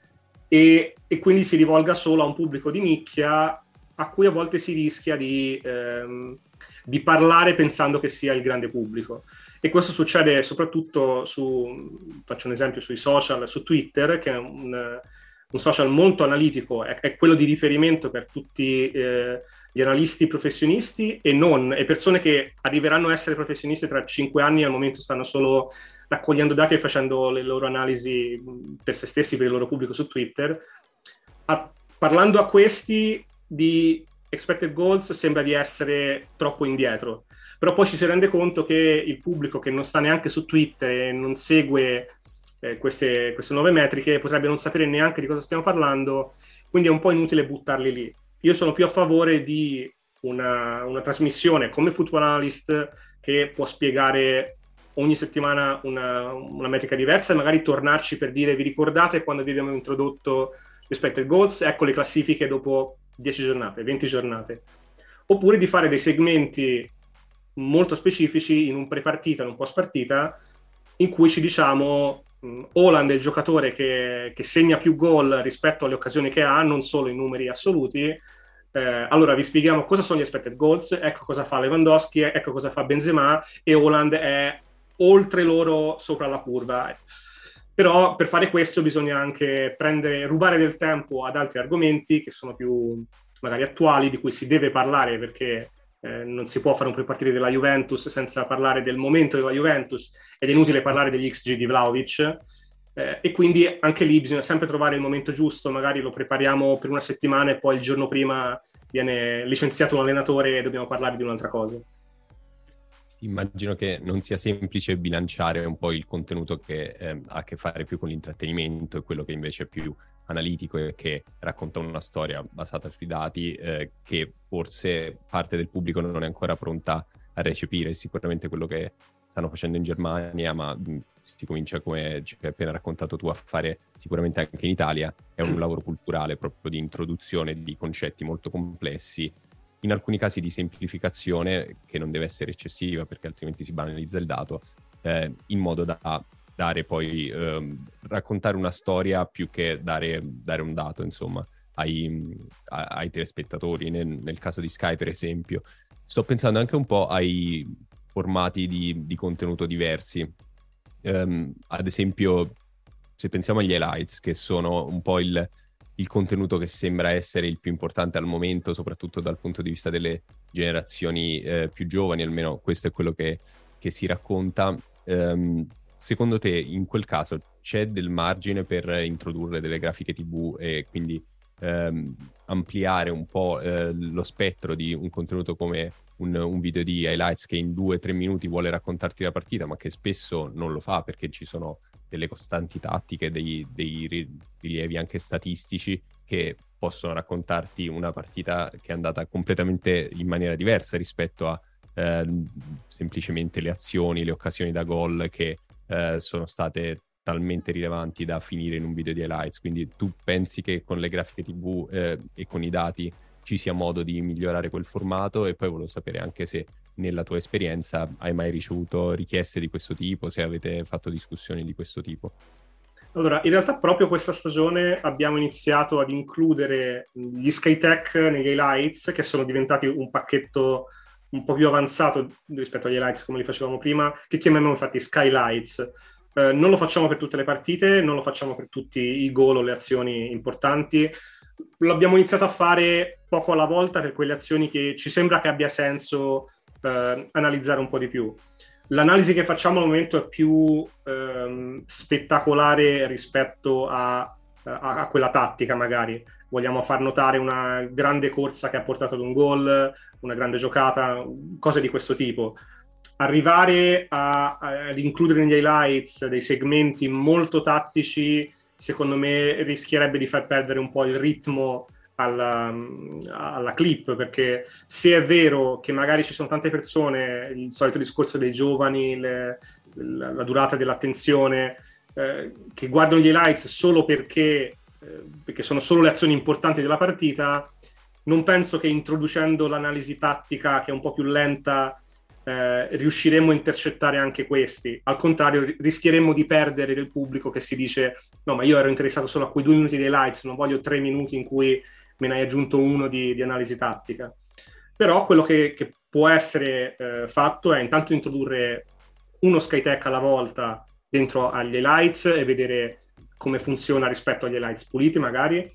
e, e quindi si rivolga solo a un pubblico di nicchia a cui a volte si rischia di, ehm, di parlare pensando che sia il grande pubblico. E questo succede soprattutto su, faccio un esempio, sui social, su Twitter, che è un, un social molto analitico, è, è quello di riferimento per tutti eh, gli analisti professionisti e non, e persone che arriveranno a essere professionisti tra cinque anni e al momento stanno solo raccogliendo dati e facendo le loro analisi per se stessi, per il loro pubblico su Twitter. A, parlando a questi di expected goals sembra di essere troppo indietro, però poi ci si rende conto che il pubblico che non sta neanche su Twitter e non segue eh, queste, queste nuove metriche potrebbe non sapere neanche di cosa stiamo parlando, quindi è un po' inutile buttarli lì. Io sono più a favore di una, una trasmissione come Football Analyst che può spiegare ogni settimana una, una metrica diversa e magari tornarci per dire: vi ricordate quando vi abbiamo introdotto l'expected goals? Ecco le classifiche dopo dieci giornate, venti giornate. Oppure di fare dei segmenti molto specifici in un pre-partita, in un post-partita, in cui ci diciamo Haaland è il giocatore che, che segna più gol rispetto alle occasioni che ha, non solo in numeri assoluti. Eh, allora vi spieghiamo cosa sono gli expected goals, ecco cosa fa Lewandowski, ecco cosa fa Benzema, e Haaland è oltre loro, sopra la curva. Però per fare questo bisogna anche prendere, rubare del tempo ad altri argomenti che sono più magari attuali, di cui si deve parlare, perché eh, non si può fare un pre-partita della Juventus senza parlare del momento della Juventus, ed è inutile parlare degli X G di Vlahovic. Eh, e quindi anche lì bisogna sempre trovare il momento giusto, magari lo prepariamo per una settimana e poi il giorno prima viene licenziato un allenatore e dobbiamo parlare di un'altra cosa. Immagino che non sia semplice bilanciare un po' il contenuto che eh, ha a che fare più con l'intrattenimento e quello che invece è più analitico e che racconta una storia basata sui dati eh, che forse parte del pubblico non è ancora pronta a recepire. Sicuramente quello che stanno facendo in Germania, ma mh, si comincia, come ci hai appena raccontato tu, a fare sicuramente anche in Italia. È un lavoro culturale proprio di introduzione di concetti molto complessi, in alcuni casi di semplificazione che non deve essere eccessiva perché altrimenti si banalizza il dato, eh, in modo da dare poi ehm, raccontare una storia più che dare, dare un dato, insomma, ai, a, ai telespettatori. Nel, nel caso di Sky, per esempio, sto pensando anche un po' ai formati di, di contenuto diversi. Um, ad esempio, se pensiamo agli highlights, che sono un po' il, il contenuto che sembra essere il più importante al momento, soprattutto dal punto di vista delle generazioni eh, più giovani, almeno questo è quello che, che si racconta. Um, secondo te, in quel caso, c'è del margine per introdurre delle grafiche tivù e quindi um, ampliare un po' eh, lo spettro di un contenuto come Un, un video di highlights che in due o tre minuti vuole raccontarti la partita, ma che spesso non lo fa perché ci sono delle costanti tattiche, dei, dei rilievi anche statistici che possono raccontarti una partita che è andata completamente in maniera diversa rispetto a eh, semplicemente le azioni, le occasioni da gol che eh, sono state talmente rilevanti da finire in un video di highlights. Quindi tu pensi che con le grafiche tivù eh, e con i dati ci sia modo di migliorare quel formato? E poi volevo sapere anche se nella tua esperienza hai mai ricevuto richieste di questo tipo, se avete fatto discussioni di questo tipo. Allora, in realtà proprio questa stagione abbiamo iniziato ad includere gli SkyTech negli highlights, che sono diventati un pacchetto un po' più avanzato rispetto agli highlights come li facevamo prima, che chiamiamo infatti Skylights. Eh, non lo facciamo per tutte le partite, non lo facciamo per tutti i gol o le azioni importanti. L'abbiamo iniziato a fare poco alla volta per quelle azioni che ci sembra che abbia senso eh, analizzare un po' di più. L'analisi che facciamo al momento è più ehm, spettacolare rispetto a, a, a quella tattica, magari. Vogliamo far notare una grande corsa che ha portato ad un gol, una grande giocata, cose di questo tipo. Arrivare a, a, ad includere negli highlights dei segmenti molto tattici, secondo me rischierebbe di far perdere un po' il ritmo alla, alla clip, perché se è vero che magari ci sono tante persone, il solito discorso dei giovani, le, la, la durata dell'attenzione, eh, che guardano gli highlights solo perché, eh, perché sono solo le azioni importanti della partita, non penso che introducendo l'analisi tattica, che è un po' più lenta, eh, riusciremmo a intercettare anche questi. Al contrario, rischieremmo di perdere il pubblico che si dice no, ma io ero interessato solo a quei due minuti di highlights, non voglio tre minuti in cui me ne hai aggiunto uno di, di analisi tattica. Però quello che, che può essere eh, fatto è intanto introdurre uno SkyTech alla volta dentro agli highlights e vedere come funziona rispetto agli highlights puliti magari,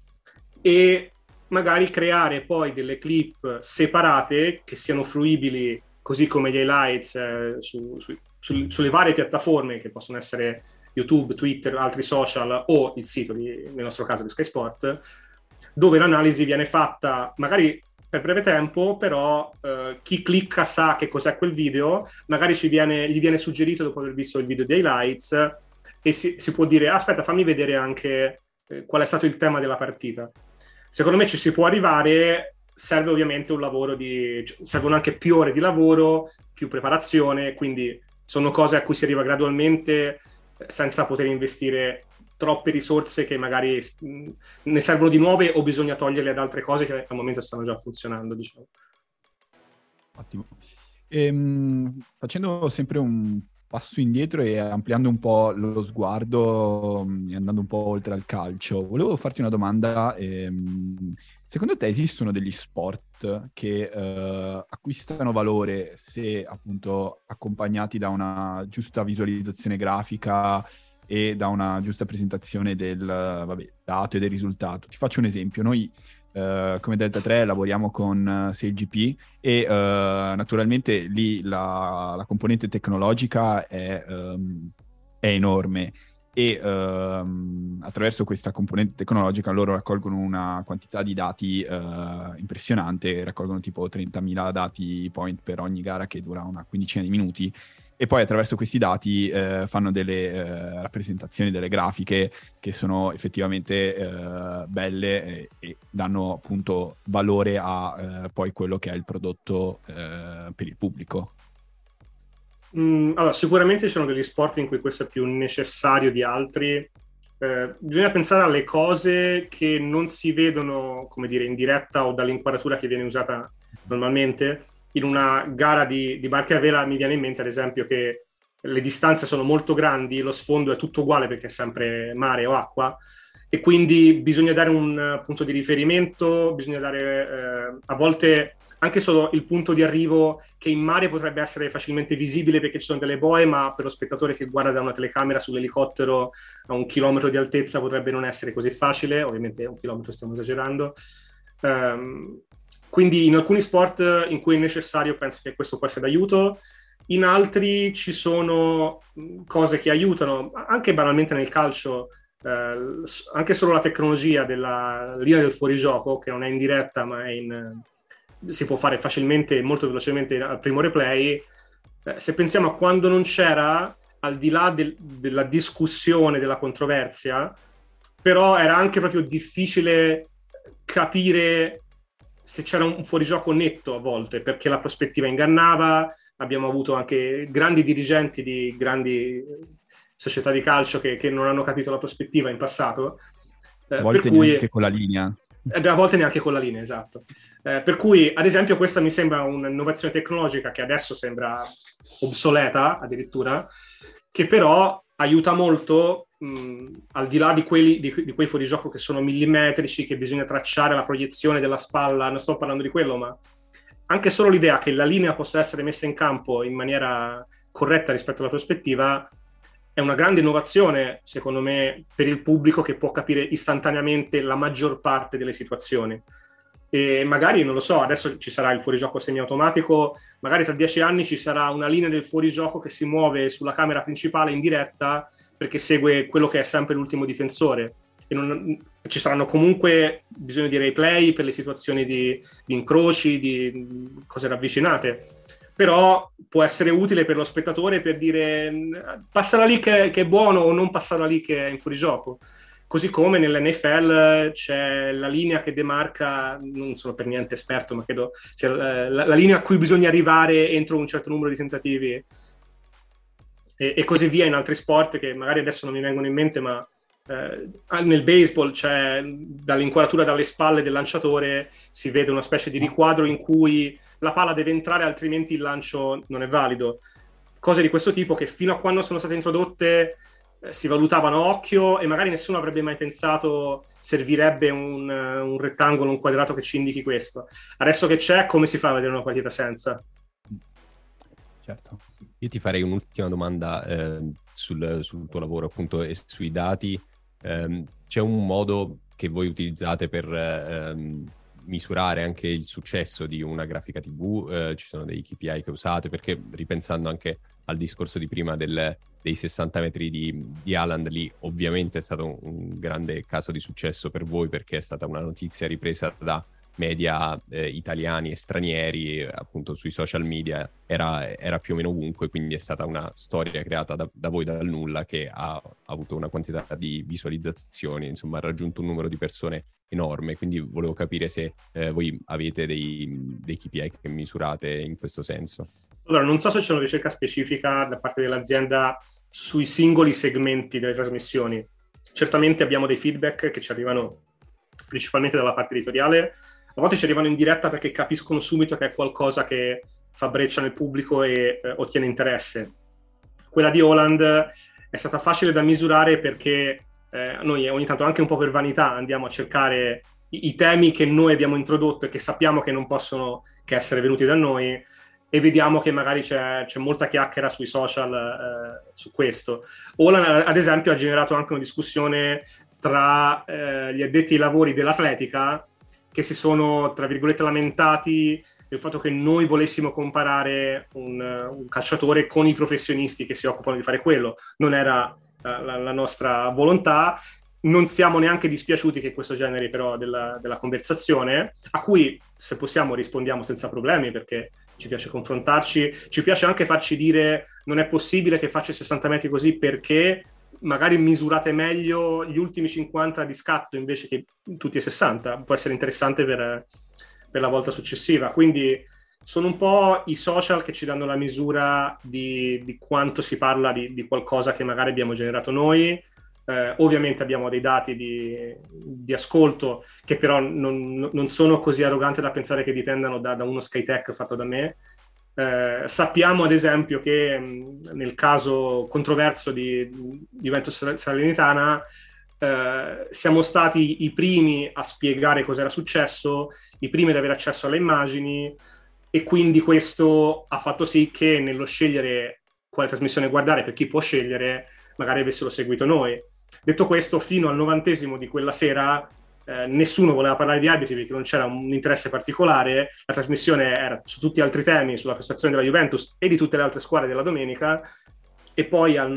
e magari creare poi delle clip separate che siano fruibili così come gli highlights eh, su, su, su, sulle varie piattaforme, che possono essere YouTube, Twitter, altri social o il sito, di, nel nostro caso di Sky Sport, dove l'analisi viene fatta magari per breve tempo, però eh, chi clicca sa che cos'è quel video, magari ci viene, gli viene suggerito dopo aver visto il video dei highlights e si, si può dire aspetta, fammi vedere anche eh, qual è stato il tema della partita. Secondo me ci si può arrivare, serve ovviamente un lavoro di... servono anche più ore di lavoro, più preparazione, quindi sono cose a cui si arriva gradualmente senza poter investire troppe risorse che magari mh, ne servono di nuove o bisogna toglierle ad altre cose che al momento stanno già funzionando, diciamo. Ottimo. Ehm, facendo sempre un passo indietro e ampliando un po' lo sguardo e andando un po' oltre al calcio, volevo farti una domanda. Ehm, secondo te esistono degli sport che eh, acquistano valore se appunto accompagnati da una giusta visualizzazione grafica e da una giusta presentazione del vabbè, dato e del risultato? Ti faccio un esempio. Noi Uh, come Delta tre lavoriamo con uh, sei G P e uh, naturalmente lì la, la componente tecnologica è, um, è enorme e um, attraverso questa componente tecnologica loro raccolgono una quantità di dati uh, impressionante, raccolgono tipo trentamila dati point per ogni gara che dura una quindicina di minuti, e poi attraverso questi dati eh, fanno delle eh, rappresentazioni, delle grafiche che sono effettivamente eh, belle e, e danno appunto valore a eh, poi quello che è il prodotto eh, per il pubblico. Mm, allora, sicuramente ci sono degli sport in cui questo è più necessario di altri. Eh, bisogna pensare alle cose che non si vedono, come dire, in diretta o dall'inquadratura che viene usata normalmente. In una gara di, di barca a vela mi viene in mente, ad esempio, che le distanze sono molto grandi, lo sfondo è tutto uguale perché è sempre mare o acqua, e quindi bisogna dare un punto di riferimento, bisogna dare eh, a volte anche solo il punto di arrivo, che in mare potrebbe essere facilmente visibile perché ci sono delle boe, ma per lo spettatore che guarda da una telecamera sull'elicottero a un chilometro di altezza potrebbe non essere così facile. Ovviamente un chilometro stiamo esagerando. Um, Quindi in alcuni sport in cui è necessario penso che questo può essere d'aiuto, in altri ci sono cose che aiutano, anche banalmente nel calcio, eh, anche solo la tecnologia della linea del fuorigioco, che non è in diretta ma è in, si può fare facilmente, molto velocemente al primo replay. Eh, se pensiamo a quando non c'era, al di là del, della discussione, della controversia, però era anche proprio difficile capire se c'era un fuorigioco netto a volte, perché la prospettiva ingannava. Abbiamo avuto anche grandi dirigenti di grandi società di calcio che, che non hanno capito la prospettiva in passato. Eh, a volte per cui, neanche con la linea. Eh, a volte neanche con la linea, esatto. Eh, per cui, ad esempio, questa mi sembra un'innovazione tecnologica che adesso sembra obsoleta addirittura, che però aiuta molto, mh, al di là di, quelli, di, di quei fuorigioco che sono millimetrici, che bisogna tracciare la proiezione della spalla, non sto parlando di quello, ma anche solo l'idea che la linea possa essere messa in campo in maniera corretta rispetto alla prospettiva è una grande innovazione, secondo me, per il pubblico, che può capire istantaneamente la maggior parte delle situazioni. E magari, non lo so, adesso ci sarà il fuorigioco semiautomatico, magari tra dieci anni ci sarà una linea del fuorigioco che si muove sulla camera principale in diretta perché segue quello che è sempre l'ultimo difensore. E non, ci saranno comunque bisogno di replay per le situazioni di, di incroci, di cose ravvicinate, però può essere utile per lo spettatore per dire passala lì che, che è buono o non passala lì che è in fuorigioco. Così come nell'N F L c'è la linea che demarca, non sono per niente esperto, ma credo sia la, la, la linea a cui bisogna arrivare entro un certo numero di tentativi, e, e così via in altri sport che magari adesso non mi vengono in mente, ma eh, nel baseball c'è dall'inquadratura dalle spalle del lanciatore si vede una specie di riquadro in cui la palla deve entrare, altrimenti il lancio non è valido. Cose di questo tipo che fino a quando sono state introdotte eh, si valutavano a occhio, e magari nessuno avrebbe mai pensato servirebbe un, un rettangolo, un quadrato che ci indichi questo. Adesso che c'è, come si fa a vedere una partita senza? Certo. Io ti farei un'ultima domanda eh, sul, sul tuo lavoro, appunto, e sui dati. Eh, c'è un modo che voi utilizzate per eh, misurare anche il successo di una grafica tivù? Eh, ci sono dei K P I che usate? Perché ripensando anche al discorso di prima del, dei sessanta metri di, di Haaland, lì ovviamente è stato un, un grande caso di successo per voi, perché è stata una notizia ripresa da media eh, italiani e stranieri, appunto sui social media, era, era più o meno ovunque, quindi è stata una storia creata da, da voi dal nulla che ha, ha avuto una quantità di visualizzazioni, insomma ha raggiunto un numero di persone enorme, quindi volevo capire se eh, voi avete dei, dei K P I che misurate in questo senso. Allora, non so se c'è una ricerca specifica da parte dell'azienda sui singoli segmenti delle trasmissioni. Certamente abbiamo dei feedback che ci arrivano principalmente dalla parte editoriale. A volte ci arrivano in diretta perché capiscono subito che è qualcosa che fa breccia nel pubblico e eh, ottiene interesse. Quella di Haaland è stata facile da misurare perché eh, noi ogni tanto, anche un po' per vanità, andiamo a cercare i, i temi che noi abbiamo introdotto e che sappiamo che non possono che essere venuti da noi, e vediamo che magari c'è, c'è molta chiacchiera sui social eh, su questo. Haaland, ad esempio, ha generato anche una discussione tra eh, gli addetti ai lavori dell'atletica, che si sono, tra virgolette, lamentati del fatto che noi volessimo comparare un, un calciatore con i professionisti che si occupano di fare quello. Non era la, la, la nostra volontà. Non siamo neanche dispiaciuti che questo generi però della, della conversazione, a cui, se possiamo, rispondiamo senza problemi, perché ci piace confrontarci, ci piace anche farci dire non è possibile che faccia sessanta metri così, perché magari misurate meglio gli ultimi cinquanta di scatto invece che tutti e sessanta, può essere interessante per, per la volta successiva. Quindi sono un po' i social che ci danno la misura di, di quanto si parla di, di qualcosa che magari abbiamo generato noi. Eh, ovviamente abbiamo dei dati di, di ascolto che però non, non sono così arroganti da pensare che dipendano da, da uno Skytech fatto da me. Eh, sappiamo ad esempio che mh, nel caso controverso di, di Juventus Salernitana eh, siamo stati i primi a spiegare cosa era successo, i primi ad avere accesso alle immagini, e quindi questo ha fatto sì che nello scegliere quale trasmissione guardare, per chi può scegliere, magari avessero seguito noi. Detto questo, fino al novantesimo di quella sera Eh, nessuno voleva parlare di arbitri perché non c'era un interesse particolare, la trasmissione era su tutti altri temi, sulla prestazione della Juventus e di tutte le altre squadre della domenica, e poi al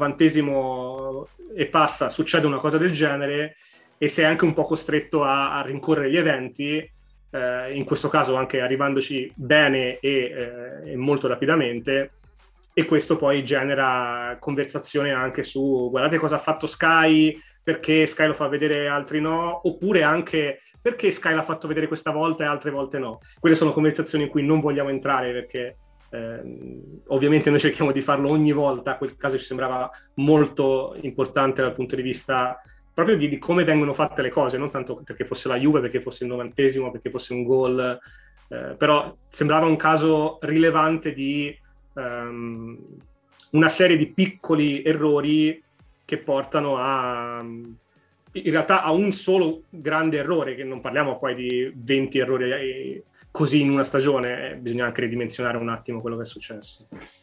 novantesimo e passa succede una cosa del genere e sei anche un po' costretto a, a rincorrere gli eventi, eh, in questo caso anche arrivandoci bene e, eh, e molto rapidamente, e questo poi genera conversazione anche su guardate cosa ha fatto Sky, perché Sky lo fa vedere e altri no, oppure anche perché Sky l'ha fatto vedere questa volta e altre volte no. Quelle sono conversazioni in cui non vogliamo entrare perché eh, ovviamente noi cerchiamo di farlo ogni volta. Quel caso ci sembrava molto importante dal punto di vista proprio di, di come vengono fatte le cose, non tanto perché fosse la Juve, perché fosse il novantesimo, perché fosse un gol, eh, però sembrava un caso rilevante di um, una serie di piccoli errori che portano a, in realtà, a un solo grande errore, che non parliamo poi di venti errori così in una stagione, bisogna anche ridimensionare un attimo quello che è successo.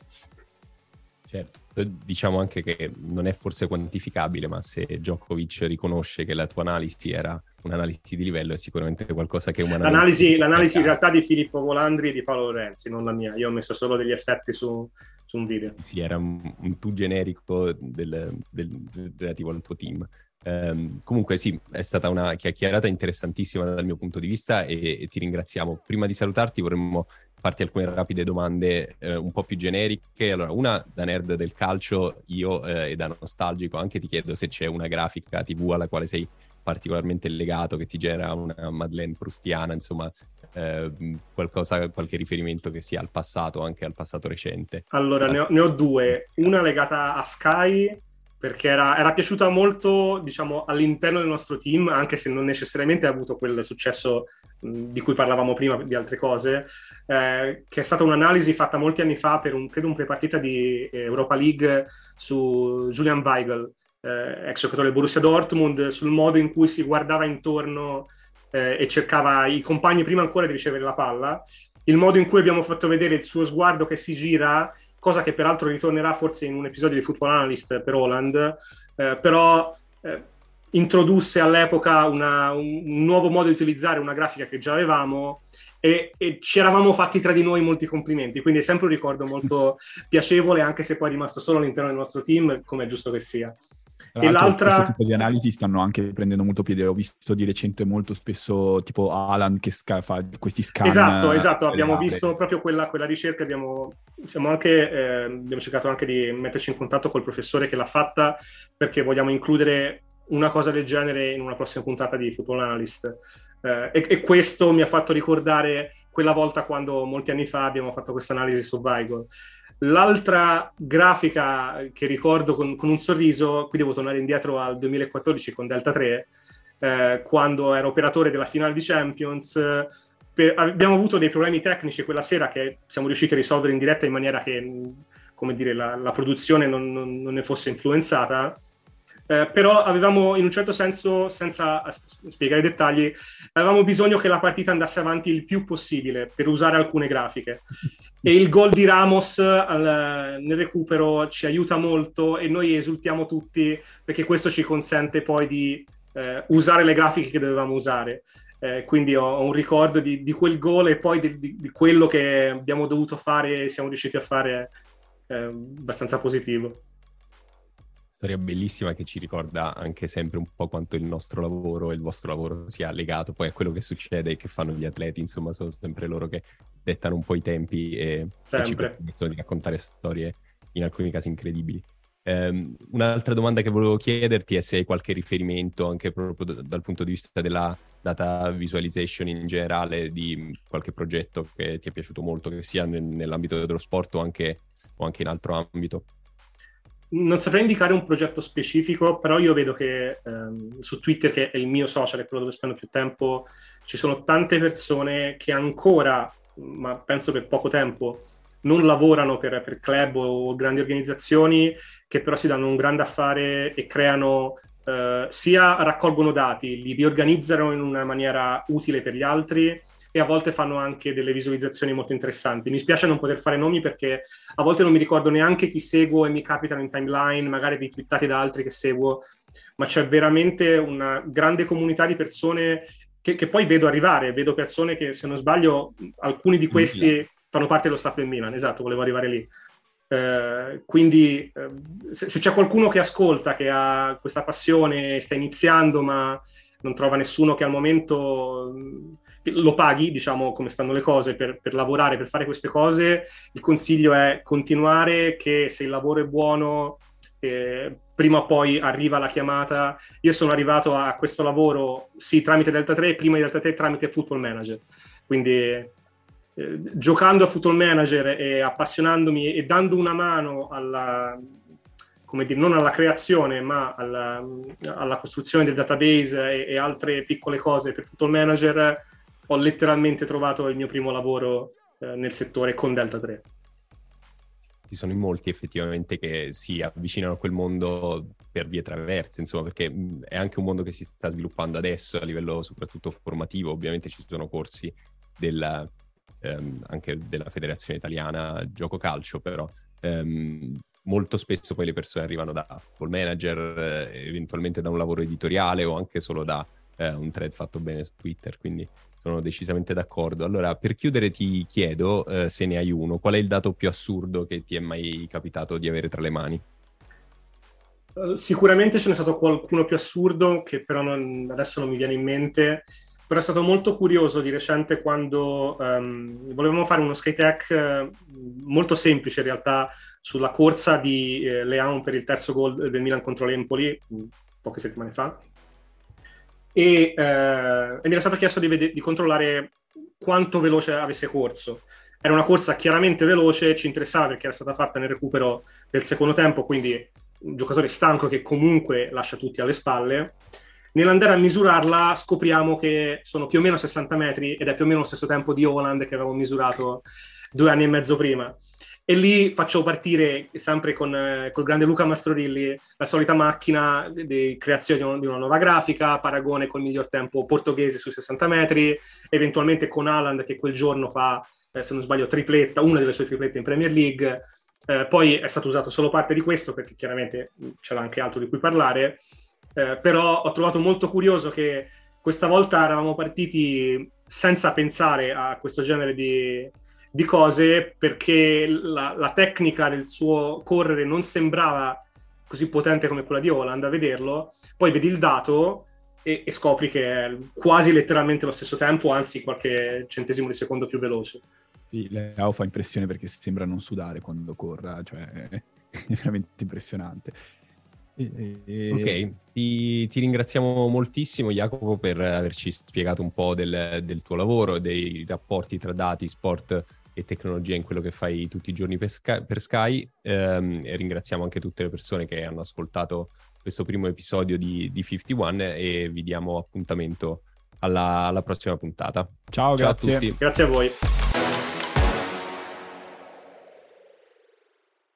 Certo, diciamo anche che non è forse quantificabile, ma se Djokovic riconosce che la tua analisi era un'analisi di livello, è sicuramente qualcosa che un'analisi... L'analisi, l'analisi in realtà di Filippo Volandri e di Paolo Lorenzi, non la mia. Io ho messo solo degli effetti su, su un video. Sì, era un, un tu generico del, del, del, relativo al tuo team. Um, comunque sì, è stata una chiacchierata interessantissima dal mio punto di vista e, e ti ringraziamo. Prima di salutarti vorremmo farti alcune rapide domande eh, un po' più generiche. Allora, una da nerd del calcio, io eh, e da nostalgico anche ti chiedo se c'è una grafica tivù alla quale sei particolarmente legato, che ti genera una Madeleine proustiana, insomma, eh, qualcosa, qualche riferimento che sia al passato, anche al passato recente. Allora, ne ho, ne ho due. Una legata a Sky, perché era, era piaciuta molto, diciamo, all'interno del nostro team, anche se non necessariamente ha avuto quel successo mh, di cui parlavamo prima di altre cose, eh, che è stata un'analisi fatta molti anni fa per un, credo un prepartita di Europa League su Julian Weigl, eh, ex giocatore del Borussia Dortmund, sul modo in cui si guardava intorno eh, e cercava i compagni prima ancora di ricevere la palla, il modo in cui abbiamo fatto vedere il suo sguardo che si gira, cosa che peraltro ritornerà forse in un episodio di Football Analyst per Haaland, eh, però eh, introdusse all'epoca una, un, un nuovo modo di utilizzare una grafica che già avevamo e, e ci eravamo fatti tra di noi molti complimenti, quindi è sempre un ricordo molto piacevole, anche se poi è rimasto solo all'interno del nostro team, come è giusto che sia. E l'altra... Questo tipo di analisi stanno anche prendendo molto piede. Ho visto di recente molto spesso tipo Haaland che sca- fa questi scan. Esatto, esatto. Abbiamo visto proprio quella, quella ricerca. Abbiamo, siamo anche, eh, abbiamo cercato anche di metterci in contatto col professore che l'ha fatta, perché vogliamo includere una cosa del genere in una prossima puntata di Football Analyst. Eh, e, e questo mi ha fatto ricordare quella volta quando molti anni fa abbiamo fatto questa analisi su Weigl. L'altra grafica che ricordo con, con un sorriso, qui devo tornare indietro al duemilaquattordici con Delta tre, eh, quando ero operatore della finale di Champions. Per, abbiamo avuto dei problemi tecnici quella sera che siamo riusciti a risolvere in diretta in maniera che, come dire, la, la produzione non, non, non ne fosse influenzata. Eh, però avevamo in un certo senso, senza spiegare i dettagli, avevamo bisogno che la partita andasse avanti il più possibile per usare alcune grafiche. E il gol di Ramos al, nel recupero ci aiuta molto e noi esultiamo tutti perché questo ci consente poi di eh, usare le grafiche che dovevamo usare. Eh, quindi ho, ho un ricordo di, di quel gol e poi di, di, di quello che abbiamo dovuto fare e siamo riusciti a fare eh, abbastanza positivo. Storia bellissima che ci ricorda anche sempre un po' quanto il nostro lavoro e il vostro lavoro sia legato poi a quello che succede e che fanno gli atleti, insomma sono sempre loro che dettano un po' i tempi e, e ci permettono di raccontare storie in alcuni casi incredibili. Um, un'altra domanda che volevo chiederti è se hai qualche riferimento anche proprio d- dal punto di vista della data visualization in generale di qualche progetto che ti è piaciuto molto, che sia nel, nell'ambito dello sport o anche, o anche in altro ambito. Non saprei indicare un progetto specifico, però io vedo che ehm, su Twitter, che è il mio social, è quello dove spendo più tempo, ci sono tante persone che ancora, ma penso per poco tempo, non lavorano per, per club o grandi organizzazioni, che però si danno un grande affare e creano, eh, sia raccolgono dati, li riorganizzano in una maniera utile per gli altri, e a volte fanno anche delle visualizzazioni molto interessanti. Mi spiace non poter fare nomi perché a volte non mi ricordo neanche chi seguo e mi capitano in timeline, magari dei twittati da altri che seguo, ma c'è veramente una grande comunità di persone che, che poi vedo arrivare, vedo persone che, se non sbaglio, alcuni di questi Milan. Fanno parte dello staff del Milan, esatto, volevo arrivare lì. Eh, quindi eh, se, se c'è qualcuno che ascolta, che ha questa passione, sta iniziando ma non trova nessuno che al momento lo paghi, diciamo, come stanno le cose per, per lavorare, per fare queste cose, il consiglio è continuare, che se il lavoro è buono eh, prima o poi arriva la chiamata. Io sono arrivato a questo lavoro sì tramite Delta tre, prima di Delta tre tramite Football Manager, quindi eh, giocando a Football Manager e appassionandomi e dando una mano alla, come dire, non alla creazione ma alla, alla costruzione del database e, e altre piccole cose per Football Manager, ho letteralmente trovato il mio primo lavoro eh, nel settore con Delta tre. Ci sono in molti effettivamente che si avvicinano a quel mondo per vie traverse, insomma, perché è anche un mondo che si sta sviluppando adesso a livello soprattutto formativo. Ovviamente ci sono corsi della, ehm, anche della Federazione Italiana Gioco Calcio, però ehm, molto spesso poi le persone arrivano da Football Manager, eh, eventualmente da un lavoro editoriale o anche solo da eh, un thread fatto bene su Twitter, quindi sono decisamente d'accordo. Allora, per chiudere ti chiedo, eh, se ne hai uno, qual è il dato più assurdo che ti è mai capitato di avere tra le mani? Uh, sicuramente ce n'è stato qualcuno più assurdo, che però non, adesso non mi viene in mente, però è stato molto curioso di recente quando um, volevamo fare uno skate hack uh, molto semplice in realtà sulla corsa di eh, Leão per il terzo gol del Milan contro l'Empoli poche settimane fa, e, uh, e mi era stato chiesto di, ved- di controllare quanto veloce avesse corso. Era una corsa chiaramente veloce, ci interessava perché era stata fatta nel recupero del secondo tempo, quindi un giocatore stanco che comunque lascia tutti alle spalle. Nell'andare a misurarla scopriamo che sono più o meno sessanta metri ed è più o meno lo stesso tempo di Haaland che avevamo misurato due anni e mezzo prima. E lì faccio partire, sempre con eh, col grande Luca Mastrorilli, la solita macchina di creazione di una nuova grafica, paragone col miglior tempo portoghese sui sessanta metri, eventualmente con Haaland che quel giorno fa, eh, se non sbaglio, tripletta, una delle sue triplette in Premier League. Eh, poi è stato usato solo parte di questo perché chiaramente c'era anche altro di cui parlare. Eh, però ho trovato molto curioso che questa volta eravamo partiti senza pensare a questo genere di, di cose, perché la, la tecnica del suo correre non sembrava così potente come quella di Haaland a vederlo. Poi vedi il dato e, e scopri che è quasi letteralmente lo stesso tempo, anzi qualche centesimo di secondo più veloce. Sì, Leão fa impressione perché sembra non sudare quando corra, cioè è veramente impressionante. E... Ok, ti, ti ringraziamo moltissimo Jacopo per averci spiegato un po' del, del tuo lavoro, dei rapporti tra dati, sport e tecnologia in quello che fai tutti i giorni per Sky. Per Sky. Ehm, e ringraziamo anche tutte le persone che hanno ascoltato questo primo episodio di, di cinquantuno e vi diamo appuntamento alla, alla prossima puntata. Ciao, Ciao grazie. a tutti. Grazie a voi.